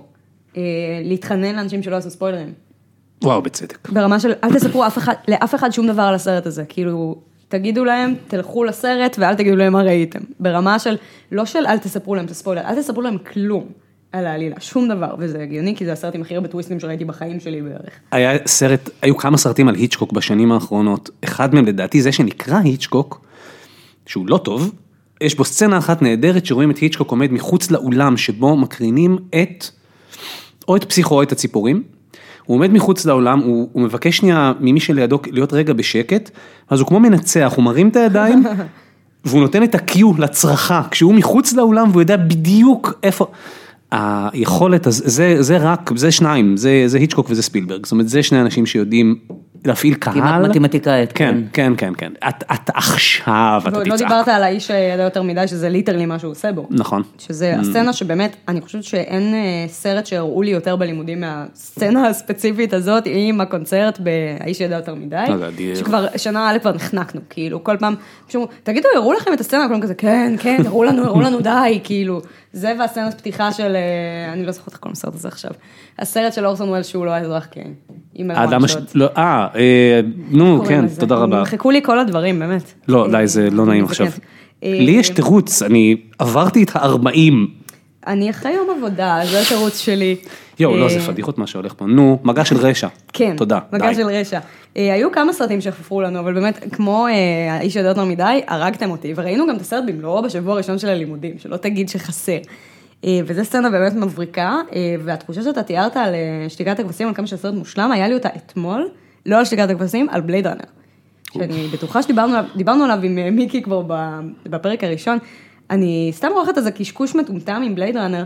להתחנן לאנשים שלא עשו ספוילרים. וואו, בצדק. ברמה של, אל תספרו אף אחד, לאף אחד שום דבר על הסרט הזה, כאילו, תגידו להם, תלכו לסרט ואל תגידו להם מה ראיתם. ברמה של, לא של אל תספרו להם את הספוילר, אל תספרו להם כלום על העלילה, שום דבר, וזה הגיוני, כי זה הסרטים הכי הרבה טוויסטים שראיתי בחיים שלי בערך. היה סרט, היו כמה סרטים על היצ'קוק בשנים האחרונות, אחד מהם לדעתי זה שנקרא היצ'קוק, שהוא לא טוב, יש בו סצנה אחת נהדרת שרואים את היצ'קוק עומד מחוץ לאולם שבו מקרינים את, או את פסיכו או את הציפורים, הוא עומד מחוץ לעולם, הוא, הוא מבקש שנייה ממי שלידו להיות רגע בשקט, אז הוא כמו מנצח, הוא מרים את הידיים, והוא נותן את הקיו לצרחה, כשהוא מחוץ לעולם והוא יודע בדיוק איפה, היכולת, זה, זה רק, זה שניים, זה, זה היצ'קוק וזה ספילברג, זאת אומרת, זה שני אנשים שיודעים להפעיל קהל. כמעט מתמטיקאית. כן, כן, כן, כן. את, את עכשיו, אתה תצעק. לא דיברת על האיש שידע יותר מדי, שזה ליטרלי מה שהוא עושה בו. נכון. שזה הסצנה שבאמת, אני חושבת שאין סרט שהראו לי יותר בלימודים מהסצנה הספציפית הזאת, עם הקונצרט באיש שידע יותר מדי, שכבר שנה א' כבר נחנקנו, כאילו, כל פעם, תגידו, הראו לכם את הסצנה, כולם כזה, כן, כן, הראו לנו, הראו לנו די, כאילו, זה והסצנת פתיחה של, אני לא זוכרת כל הסרט הזה עכשיו, הסרט של אורסון וולס שהוא לא האזרח, כן, עם אלמון שוט. לא, אה, נו, כן, תודה רבה. מחכו לי כל הדברים, באמת. לא, די, זה לא נעים עכשיו. לי יש תירוץ, אני עברתי את הארבעים. אני אחרי יום עבודה, זה התירוץ שלי. יואו, לא, זה פדיחות מה שהולך פה. נו, מגע של רשע. כן, תודה, מגע של רשע. היו כמה סרטים שחפרו לנו, אבל באמת, כמו האיש שיודע יותר מדי, הרגתם אותי, וראינו גם את הסרט במלואו בשבוע הראשון של הלימודים, שלא תגיד שחסר. וזו סצנה באמת מבריקה, והתחושה שאתה תיארת על שתיקת הכבשים, על כמה שהסרט מושלם, היה לי אותה אתמול, לא על שתיקת הכבשים, על בלייד ראנר. שאני בטוחה שדיברנו עליו עם מיקי כבר בפרק הראשון, אני סתם עורכת איזה קשקוש מטומטם עם בלייד ראנר,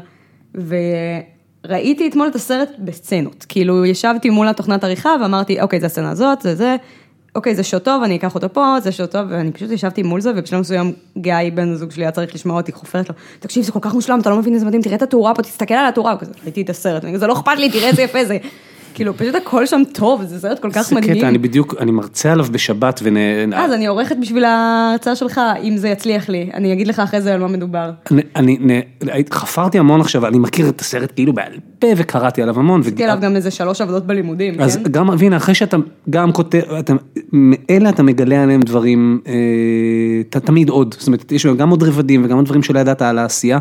וראיתי אתמול את הסרט בסצנות, כאילו ישבתי מול התוכנת עריכה, ואמרתי, אוקיי, זה הסצנה הזאת, זה זה, אוקיי, זה שוט טוב, אני אקח אותו פה, זה שוט טוב, ואני פשוט ישבתי מול זה, ובשלב מסוים גיא בן הזוג שלי היה צריך לשמוע אותי, חופרת לו, תקשיב, זה כל כך מושלם, אתה לא מבין איזה מדהים, תראה את התאורה פה, תסתכל על התאורה, וכזה, ראיתי את הסרט, זה לא אכפת לי, תראה איזה יפה זה, כאילו, פשוט הכל שם טוב, זה סרט כל כך מדהים. זה קטע, אני בדיוק, אני מרצה עליו בשבת, ונ... אז אני עורכת בשביל ההרצאה שלך, אם זה יצליח לי, אני אגיד לך אחרי זה על מה מדובר. אני, אני, חפרתי המון עכשיו, אני מכיר את הסרט כאילו בעל פה, וקראתי עליו המון. עשיתי עליו גם איזה שלוש עבודות בלימודים, כן? אז גם, והנה, אחרי שאתה גם כותב, אלה אתה מגלה עליהם דברים, תמיד עוד, זאת אומרת, יש גם עוד רבדים, וגם עוד דברים שלא ידעת על העשייה,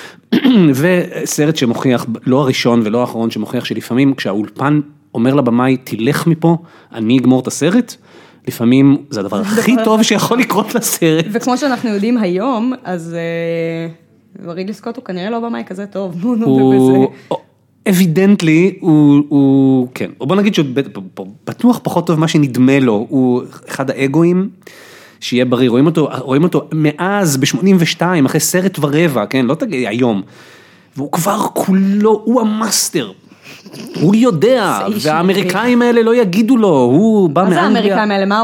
וסרט שמוכיח, לא הראשון ולא האחרון, שמוכיח שלפעמים כשהאולפן אומר לבמאי, תלך מפה, אני אגמור את הסרט, לפעמים זה הדבר הכי טוב שיכול לקרות לסרט. וכמו שאנחנו יודעים היום, אז רידלי סקוט הוא כנראה לא במאי כזה טוב, נו נו זה בזה. אבידנטלי, הוא, כן, או בוא נגיד שהוא בטוח פחות טוב מה שנדמה לו, הוא אחד האגואים, שיהיה בריא, רואים אותו, רואים אותו מאז ב-שמונים ושתיים, אחרי סרט ורבע, כן, לא תגיד, היום, והוא כבר כולו, הוא המאסטר, הוא יודע, והאמריקאים האלה לא יגידו לו, הוא בא מאנגליה. מה זה האמריקאים האלה, מה הוא?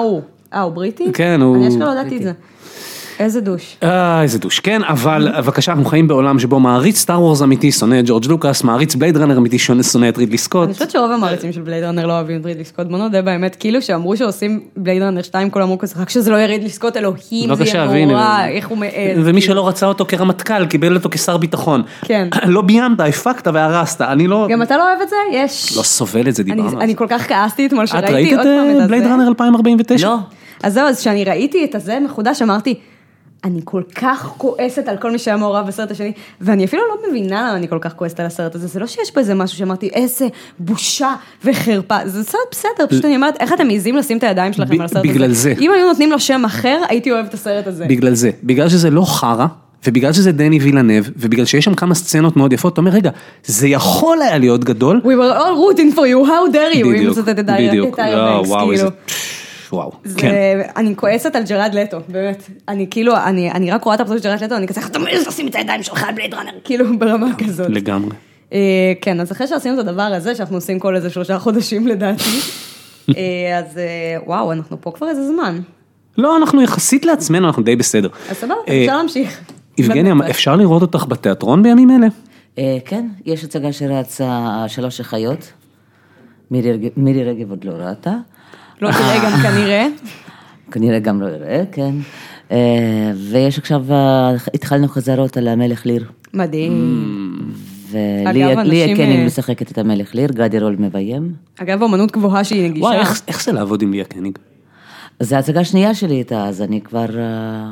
אה, הוא בריטי? כן, הוא... אני אשכרה לא ידעתי את זה. איזה דוש. אה, איזה דוש, כן, אבל בבקשה, אנחנו חיים בעולם שבו מעריץ סטאר וורס אמיתי, שונא את ג'ורג' לוקאס, מעריץ בלייד ראנר אמיתי, שונא את רידלי סקוט. אני חושבת שרוב המעריצים של בלייד ראנר לא אוהבים את רידלי סקוט, בוא נודה באמת, כאילו שאמרו שעושים בלייד ראנר שתיים, כל אמרו כזה, רק שזה לא יהיה רידלי סקוט, אלוהים, זה יהיה נורא, איך הוא מעז. ומי שלא רצה אותו כרמטכ"ל, קיבל אותו כשר ביטחון. כן. לא ביימת, הפקת והרסת, אני לא... גם אתה לא אוהב את זה? יש. לא סובל את זה, דיברנו. אני כל כך כעסתי אתמול את שראיתי ראית עוד פעם את את בלייד ראנר אלפיים ארבעים ותשע? לא. אז זהו, אז כשאני ראיתי את הזה מחודש, אמרתי, אני כל כך כועסת על כל מי שהיה מעורב בסרט השני, ואני אפילו לא מבינה למה אני כל כך כועסת על הסרט הזה, זה לא שיש פה איזה משהו שאמרתי, איזה בושה וחרפה, זה סרט בסדר, פשוט אני אומרת, איך אתם מעיזים לשים את הידיים שלכם על הסרט הזה? בגלל זה. אם היו נותנים לו שם אחר, הייתי אוהבת את הסרט הזה. בגלל זה, בגלל שזה לא חרא, ובגלל שזה דני וילנב, ובגלל שיש שם כמה סצנות מאוד יפות, אתה אומר, רגע, זה יכול היה להיות גדול. We were all rooting for you, how dare you, אם מצאת את בדיוק, טייר בנקס, כאילו. וואו, זה, כן. אני כועסת על ג'רד לטו, באמת. אני כאילו, אני, אני רק רואה את הפרצוף של ג'רד לטו, אני כזה, אתה מעז לשים את הידיים שלך על בלייד ראנר, כאילו ברמה כזאת. לגמרי. אה, כן, אז אחרי שעשינו את הדבר הזה, שאנחנו עושים כל איזה שלושה חודשים לדעתי, אה, אז אה, וואו, אנחנו פה כבר איזה זמן. לא, אנחנו יחסית לעצמנו, אנחנו די בסדר. אז סבבה, אפשר להמשיך. יבגניה, אפשר לראות אותך בתיאטרון בימים אלה? אה, כן, יש הצגה שרצה שלוש החיות, מירי רגב- מירי רגב עוד לא ראתה. לא תראה גם כנראה. כנראה גם לא יראה, כן. אה, ויש עכשיו, אה, התחלנו חזרות על המלך ליר. מדהים. וליה אגב, אנשים, קניג אה, משחקת את המלך ליר, גדי רול מביים. אגב, אמנות גבוהה שהיא נגישה. וואי, איך- איך זה לעבוד עם ליה קניג? זו ההצגה השנייה שלי איתה, אז אני כבר... אה,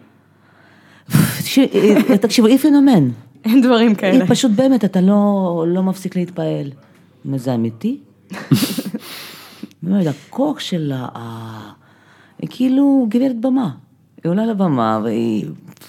ש- אה, תקשיבו, היא פנומן. אין דברים כאלה. היא פשוט באמת, אתה לא, לא מפסיק להתפעל. זה אמיתי? באמת, הכוח שלה, ה- היא כאילו גברת במה. היא עולה לבמה והיא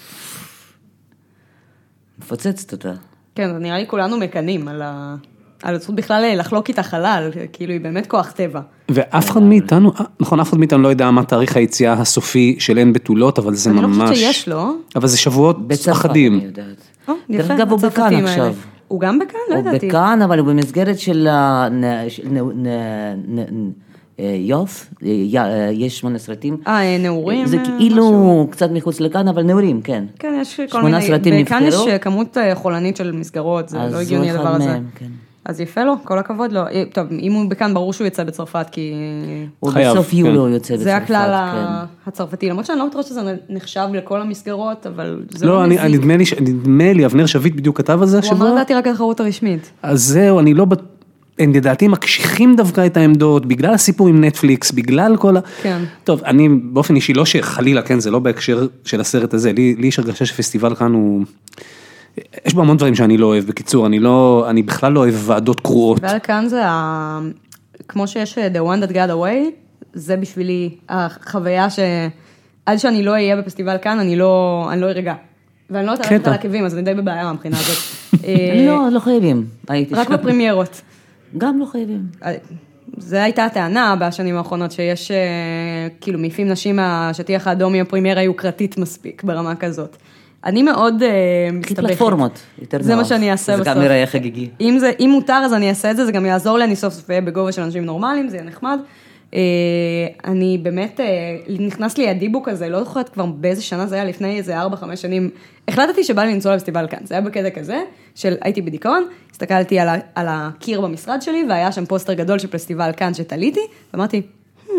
מפוצצת אותה. כן, אז נראה לי כולנו מקנים על ה... על הזכות בכלל לחלוק איתה חלל, כאילו היא באמת כוח טבע. ואף אחד מאיתנו, אה, נכון, אף אחד מאיתנו לא יודע מה תאריך היציאה הסופי של אין בתולות, אבל זה אני ממש... לא חושבת שיש לו. אבל זה שבועות בצרפת, אחדים. אני יודעת. או, דרך יפה, אגב, הוא הצרפתים בכאן האלה. עכשיו. הוא גם בכאן? לא הוא ידעתי. בכאן, אבל הוא במסגרת של ה- נ- של נ- נ- נ- אה, יוף, אה, י- אה, יש שמונה סרטים. אה, נעורים? זה אה, כאילו משהו. קצת מחוץ לכאן, אבל נעורים, כן. כן, יש כל שמונה מיני... סרטים וכאן יש נבחרו. כמות אה, חולנית של מסגרות, זה אז לא הוא הגיוני אחד הדבר הזה. מהם, כן. אז יפה לו, כל הכבוד לו. אה, טוב, אם הוא בכאן, ברור שהוא יצא בצרפת, כי... הוא חייב, בסוף כן. יולו יוצא בצרפת, זה הכלל כן. ה- הצרפתי, למרות שאני לא בטוחה שזה נחשב לכל המסגרות, אבל זה לא, לא אני- מזיק. נדמה לי, ש- נדמה לי, אבנר שביט בדיוק כתב על זה הוא אמר השבוע. לדעתי רק התחרות הרשמית. אז זהו, אני לא... בט- הם לדעתי מקשיחים דווקא את העמדות, בגלל הסיפור עם נטפליקס, בגלל כל ה... כן. טוב, אני באופן אישי, לא שחלילה, כן, זה לא בהקשר של הסרט הזה, לי, לי יש הרגשה שפסטיבל כאן הוא... יש בו המון דברים שאני לא אוהב, בקיצור, אני לא, אני בכלל לא אוהב ועדות קרואות. ועל כאן זה, ה... כמו שיש The One That Got Away, זה בשבילי החוויה שעד שאני לא אהיה בפסטיבל כאן, אני לא, אני לא ארגע. ואני לא יודעת ללכת קטע. על עקבים, אז אני די בבעיה מהבחינה הזאת. אה, לא, לא חייבים. הייתי רק שם. בפרימיירות. גם לא חייבים. זה הייתה הטענה בשנים האחרונות, שיש, אה, כאילו, מעיפים נשים מהשטיח האדום מהפרימיירה יוקרתית מספיק, ברמה כזאת. אני מאוד אה, מסתבכת. פלטפורמות, יותר זה מה נוח. שאני אעשה זה בסוף. גם יראה חגיגי. אם זה, אם מותר, אז אני אעשה את זה, זה גם יעזור לי, אני סוף סוף אהיה בגובה של אנשים נורמליים, זה יהיה נחמד. אה, אני באמת, אה, נכנס לי הדיבוק הזה, לא זוכרת כבר באיזה שנה זה היה, לפני איזה ארבע, חמש שנים, החלטתי שבא לי לנסוע לפסטיבל כאן, זה היה בקטע כזה, של הייתי בדיכאון, הסתכלתי על, ה, על הקיר במשרד שלי, והיה שם פוסטר גדול של פסטיבל כאן שתליתי, ואמרתי, hmm,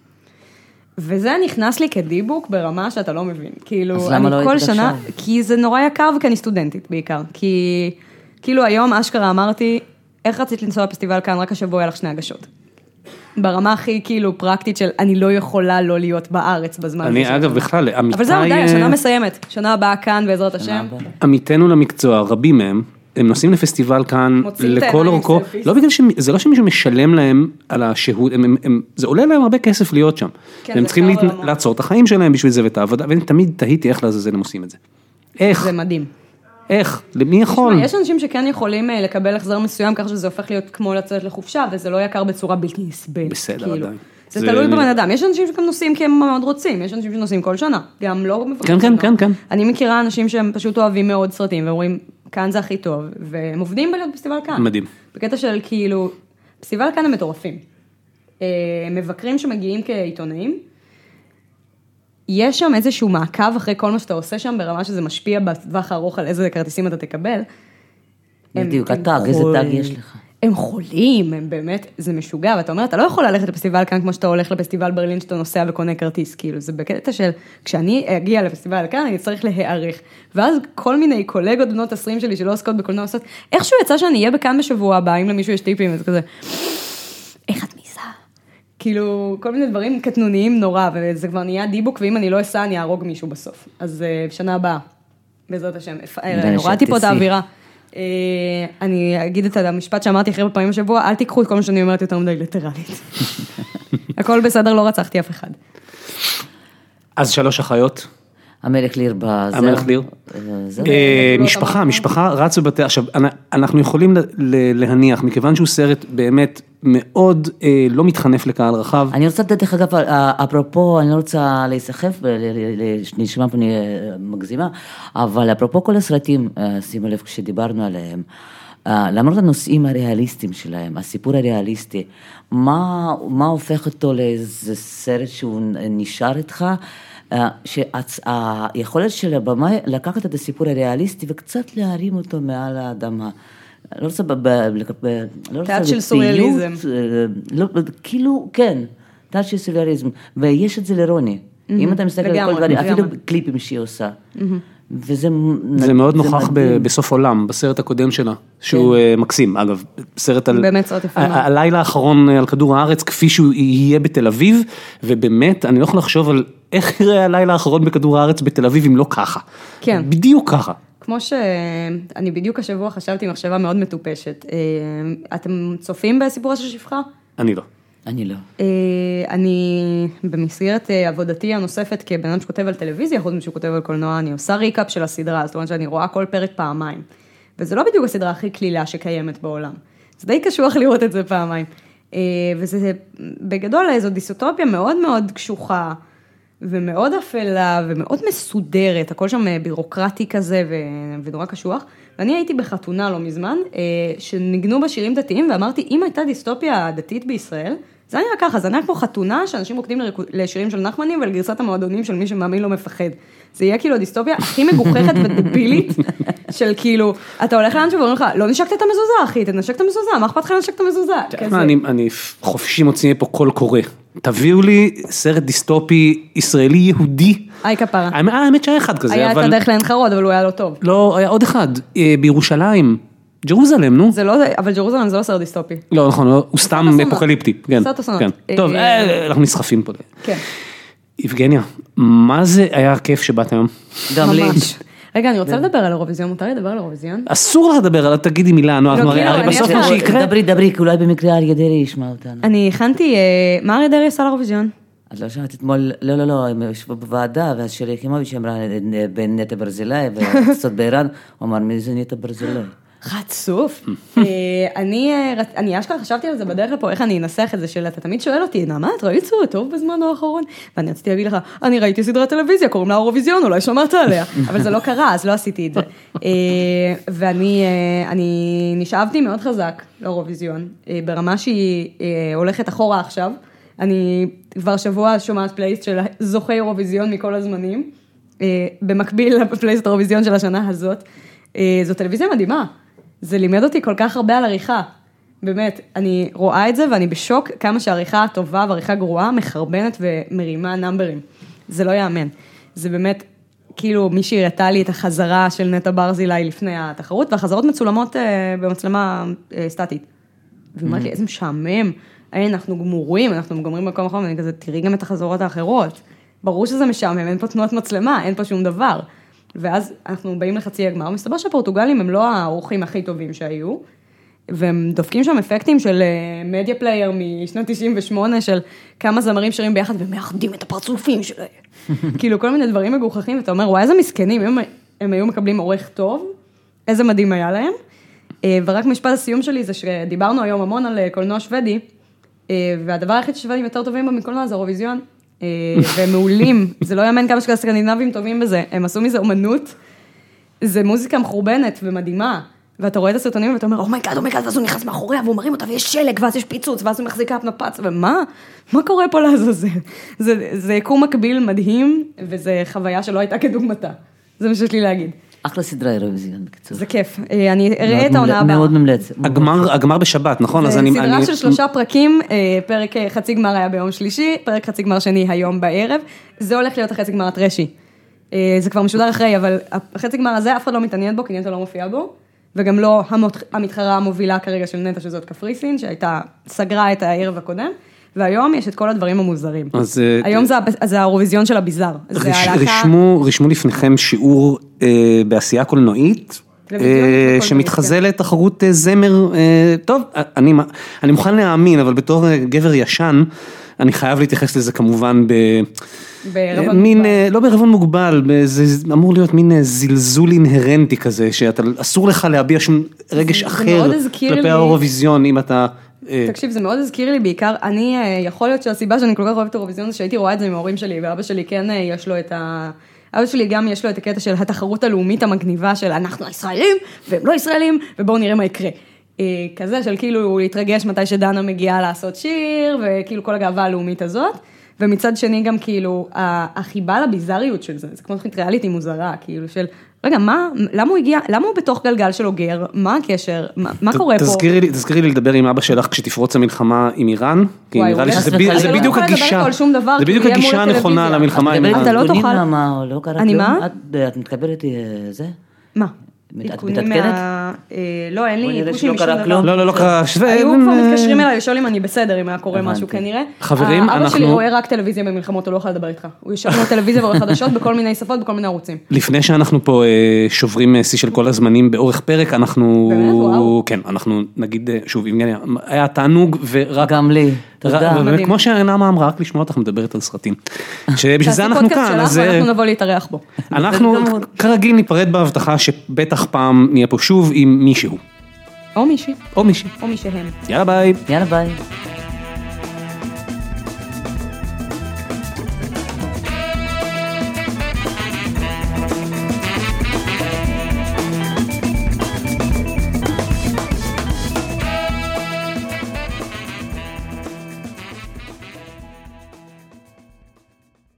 וזה נכנס לי כדיבוק ברמה שאתה לא מבין, כאילו, אז למה אני לא כל היית שנה, עכשיו? כי זה נורא יקר וכי אני סטודנטית בעיקר, כי כאילו היום אשכרה אמרתי, איך רצית לנסוע לפסטיבל כאן, רק השבוע היה לך שני הגשות. ברמה הכי כאילו פרקטית של אני לא יכולה לא להיות בארץ בזמן. אני הזה. אגב בכלל, עמיתי... אבל זהו, די, השנה מסיימת, שנה הבאה כאן בעזרת השם. עמיתנו למקצוע, רבים מהם, הם נוסעים לפסטיבל כאן, מוצאים את לכל העיניים אורכו, סלפיס. לא בגלל ש... זה לא שמישהו משלם להם על השהות, הם, הם, הם, זה עולה להם הרבה כסף להיות שם. כן, והם זה צריכים יקר להת... ברמות. לעצור את החיים שלהם בשביל זה ואת העבודה, ואני תמיד תהיתי איך לעזאזל הם עושים את זה. איך? זה מדהים. איך? למי יכול? תשמע, יש אנשים שכן יכולים אה, לקבל החזר מסוים, כך שזה הופך להיות כמו לצאת לחופשה, וזה לא יקר בצורה בלתי נסבלת. בסדר, כאילו. עדיין. זה זה- תלוי בבן אדם. יש אנשים שגם נוסעים כי הם מאוד רוצים, יש אנשים שנוסעים כל שנה, גם לא מבקרים כן, כן, שנה. כן, כן. אני מכירה אנשים שהם פשוט אוהבים מאוד סרטים, ואומרים, כאן זה הכי טוב, והם עובדים בלהיות פסטיבל כאן. מדהים. בקטע של כאילו, פסטיבל כאן הם מטורפים. אה, מבקרים שמגיעים כעיתונאים, יש שם איזשהו מעקב אחרי כל מה שאתה עושה שם, ברמה שזה משפיע בטווח הארוך על איזה כרטיסים אתה תקבל. בדיוק, הטאג, איזה טאג יש לך? הם חולים, הם באמת, זה משוגע, ואתה אומר, אתה לא יכול ללכת לפסטיבל כאן כמו שאתה הולך לפסטיבל ברלין, שאתה נוסע וקונה כרטיס, כאילו, זה בקטע של, כשאני אגיע לפסטיבל כאן, אני צריך להיערך, ואז כל מיני קולגות בנות עשרים שלי, שלא עוסקות בקולנוע עושות, איכשהו יצא שאני אהיה בכאן בשבוע הבא, אם למישהו יש טיפים, זה כזה, איך את מיסה? כאילו, כל מיני דברים קטנוניים נורא, וזה כבר נהיה דיבוק, ואם אני לא אסע, אני ארוג מישהו בסוף. אז שנה הבאה, בעזרת השם, הורדתי פה את האווירה. אני אגיד את המשפט שאמרתי אחרי בפעמים השבוע, אל תיקחו את כל מה שאני אומרת יותר מדי ליטרלית. הכל בסדר, לא רצחתי אף אחד. אז שלוש אחיות. המלך ליר בזה. המלך ליר. משפחה, משפחה רץ בבתי, עכשיו, אנחנו יכולים להניח, מכיוון שהוא סרט באמת מאוד לא מתחנף לקהל רחב. אני רוצה לתת לך אגב, אפרופו, אני לא רוצה להיסחף, נשמע פה מגזימה, אבל אפרופו כל הסרטים, שימו לב כשדיברנו עליהם, למרות הנושאים הריאליסטיים שלהם, הסיפור הריאליסטי, מה, מה הופך אותו לאיזה סרט שהוא נשאר איתך, שהיכולת של הבמאי לקחת את הסיפור הריאליסטי וקצת להרים אותו מעל האדמה. לא רוצה בציות. תעת של סוריאליזם. כאילו, כן, תעת של סוריאליזם. ויש את זה לרוני. אם אתה מסתכל על כל דברים, אפילו קליפים שהיא עושה. וזה... זה מאוד נוכח בסוף עולם, בסרט הקודם שלה, שהוא מקסים, אגב, סרט על... באמת סרט יפה. הלילה האחרון על כדור הארץ, כפי שהוא יהיה בתל אביב, ובאמת, אני לא יכול לחשוב על איך יראה הלילה האחרון בכדור הארץ בתל אביב, אם לא ככה. כן. בדיוק ככה. כמו שאני בדיוק השבוע חשבתי מחשבה מאוד מטופשת. אתם צופים בסיפורה של שפחה? אני לא. אני לא. אני במסגרת עבודתי הנוספת כבן אדם שכותב על טלוויזיה, חוץ משהו כותב על קולנוע, אני עושה ריקאפ של הסדרה, זאת אומרת שאני רואה כל פרק פעמיים. וזה לא בדיוק הסדרה הכי כלילה שקיימת בעולם. זה די קשוח לראות את זה פעמיים. וזה בגדול איזו דיסוטופיה מאוד מאוד קשוחה, ומאוד אפלה, ומאוד מסודרת, הכל שם בירוקרטי כזה, ונורא קשוח. ואני הייתי בחתונה לא מזמן, שנגנו בשירים דתיים, ואמרתי, אם הייתה דיסטופיה דתית בישראל, זה נראה ככה, זה נראה כמו חתונה, שאנשים רוקדים לשירים של נחמנים, ולגרסת המועדונים של מי שמאמין לא מפחד. זה יהיה כאילו הדיסטופיה הכי מגוחכת ודבילית, של כאילו, אתה הולך לאנשהו ואומרים לך, לא נשקת את המזוזה, אחי, תנשק את המזוזה, מה אכפת לך לנשק את המזוזה? אני חופשי מוציא פה קול קורא. תביאו לי סרט דיסטופי ישראלי יהודי. היי כפרה. האמת שהיה אחד כזה. היה את הדרך לעין חרוד, אבל הוא היה לא טוב. לא, היה עוד אחד, בירושלים. ג'רוזלם, נו. זה לא, אבל ג'רוזלם זה לא סרט דיסטופי. לא, נכון, הוא סתם אפוקליפטי. סרט אסונות. טוב, אנחנו נסחפים פה. כן. יבגניה, מה זה היה כיף שבאת היום? גם לי. רגע, אני רוצה לדבר על אירוויזיון, מותר לדבר על אירוויזיון? אסור לך לדבר על, תגידי מילה, נו, הרי בסוף מה שיקרה... דברי, דברי, כי אולי במקרה אריה דרעי ישמע אותנו. אני הכנתי, מה אריה דרעי עשה על אירוויזיון? את לא שמעת אתמול, לא, לא, לא, הם ישבו בוועדה, ואז שלי יחימוביץ' אמרה בין נטע ברזילי, וקצת באיראן, הוא אמר, מי זה נטע ברזילי? חצוף. אני אשכרה חשבתי על זה בדרך לפה, איך אני אנסח את זה של, אתה תמיד שואל אותי, נעמה, את ראית סרט טוב בזמן האחרון? ואני רציתי להגיד לך, אני ראיתי סדרת טלוויזיה, קוראים לה אירוויזיון, אולי שמעת עליה, אבל זה לא קרה, אז לא עשיתי את זה. ואני נשאבתי מאוד חזק לאירוויזיון, ברמה שהיא הולכת אחורה עכשיו, אני כבר שבוע שומעת פלייסט של זוכי אירוויזיון מכל הזמנים, במקביל לפלייסט אירוויזיון של השנה הזאת, זו טלוויזיה מדהימה. זה לימד אותי כל כך הרבה על עריכה. באמת, אני רואה את זה ואני בשוק כמה שהעריכה טובה ועריכה גרועה מחרבנת ומרימה נאמברים. זה לא יאמן. זה באמת, כאילו מישהי הראתה לי את החזרה של נטע ברזילי לפני התחרות, והחזרות מצולמות במצלמה סטטית. ואומרת לי, איזה משעמם, אנחנו גמורים, אנחנו גומרים במקום אחר, ואני כזה, תראי גם את החזרות האחרות. ברור שזה משעמם, אין פה תנועת מצלמה, אין פה שום דבר. ואז אנחנו באים לחצי הגמר, מסתבר שהפורטוגלים הם לא האורחים הכי טובים שהיו, והם דופקים שם אפקטים של מדיה פלייר משנת תשעים ושמונה, של כמה זמרים שרים ביחד, ומאחדים את הפרצופים שלהם. כאילו כל מיני דברים מגוחכים, ואתה אומר, וואי, איזה מסכנים, הם, הם היו מקבלים עורך טוב, איזה מדהים היה להם. ורק משפט הסיום שלי זה שדיברנו היום המון על קולנוע שוודי, והדבר היחיד ששוודים יותר טובים במקולנוע זה אירוויזיון, והם מעולים, זה לא יאמן כמה שכאלה סקנדינבים טובים בזה, הם עשו מזה אומנות, זה מוזיקה מחורבנת ומדהימה, ואתה רואה את הסרטונים ואתה אומר, אומייגאד, אומייגאד, ואז הוא נכנס מאחוריה, והוא מרים אותה, ויש שלג, ואז יש פיצוץ, ואז הוא מחזיקה פנפץ, ומה? מה קורה פה לעזאזל? זה, זה יקום מקביל מדהים, וזה חוויה שלא הייתה כדוגמתה. זה מה שיש לי להגיד. אחלה סדרה אירוויזיון, בקיצור. זה כיף. אני אראה את העונה הבאה. מאוד ממלצת. הגמר, הגמר בשבת, נכון? זה סדרה של שלושה פרקים, פרק חצי גמר היה ביום שלישי, פרק חצי גמר שני היום בערב. זה הולך להיות החצי גמר הטרשי. זה כבר משודר אחרי, אבל החצי גמר הזה אף אחד לא מתעניין בו, כי נטע לא מופיע בו. וגם לא המתחרה המובילה כרגע של נטע, שזאת קפריסין, שהייתה, סגרה את הערב הקודם, והיום יש את כל הדברים המוזרים. אז, היום זה, זה האירוויזיון של הביזאר. רש, רשמו, רשמו לפניכם שיעור אה, בעשייה קולנועית, אה, שמתחזה לתחרות אה, זמר, אה, טוב, אני, אני מוכן להאמין, אבל בתור אה, גבר ישן, אני חייב להתייחס לזה כמובן ב... בערבון מין, מוגבל. לא בערבון מוגבל, זה אמור להיות מין זלזול אינהרנטי כזה, שאסור לך להביע שום רגש זה, אחר זה כלפי לי... האירוויזיון, אם אתה... תקשיב, זה מאוד הזכיר לי, בעיקר, אני, יכול להיות שהסיבה שאני כל כך אוהבת אירוויזיון, זה שהייתי רואה את זה עם ההורים שלי, ואבא שלי כן יש לו את ה... אבא שלי גם יש לו את הקטע של התחרות הלאומית המגניבה של אנחנו הישראלים, והם לא ישראלים, ובואו נראה מה יקרה. כזה של כאילו להתרגש מתי שדנה מגיעה לעשות שיר, וכאילו כל הגאווה הלאומית הזאת. ומצד שני גם כאילו, החיבה לביזריות של זה, זה כמו תוכנית ריאליטי מוזרה, כאילו של, רגע, מה, למה הוא הגיע, למה הוא בתוך גלגל של אוגר, מה הקשר, מה, מה קורה פה? תזכירי לי, תזכירי לי לדבר עם אבא שלך כשתפרוץ המלחמה עם איראן, כי נראה לי שזה בדיוק הגישה, זה בדיוק הגישה הנכונה למלחמה עם איראן. אתה לא תוכל, אני מה? את מתקבלת זה? מה? את מתעדכנת? לא, אין לי עיקושים משום דבר. לא, לא, לא קרה. היו כבר מתקשרים אליי, לשאול אם אני בסדר, אם היה קורה משהו כנראה. חברים, אנחנו... אבא שלי רואה רק טלוויזיה במלחמות, הוא לא יכול לדבר איתך. הוא יושב עם הטלוויזיה ורואה חדשות בכל מיני שפות, בכל מיני ערוצים. לפני שאנחנו פה שוברים שיא של כל הזמנים באורך פרק, אנחנו... כן, אנחנו נגיד, שוב, יבגניה, היה תענוג ורק... גם לי. תודה. כמו שנעמה אמרה, רק לשמוע אותך מדברת על סרטים. שבשביל זה אנחנו כאן. אז אנחנו נבוא להתארח בו. אנחנו כרגיל ניפרד בהבטחה שבטח פעם נהיה פה שוב עם מישהו. או מישהי. או מישהי. או מישהם. יאללה ביי. יאללה ביי.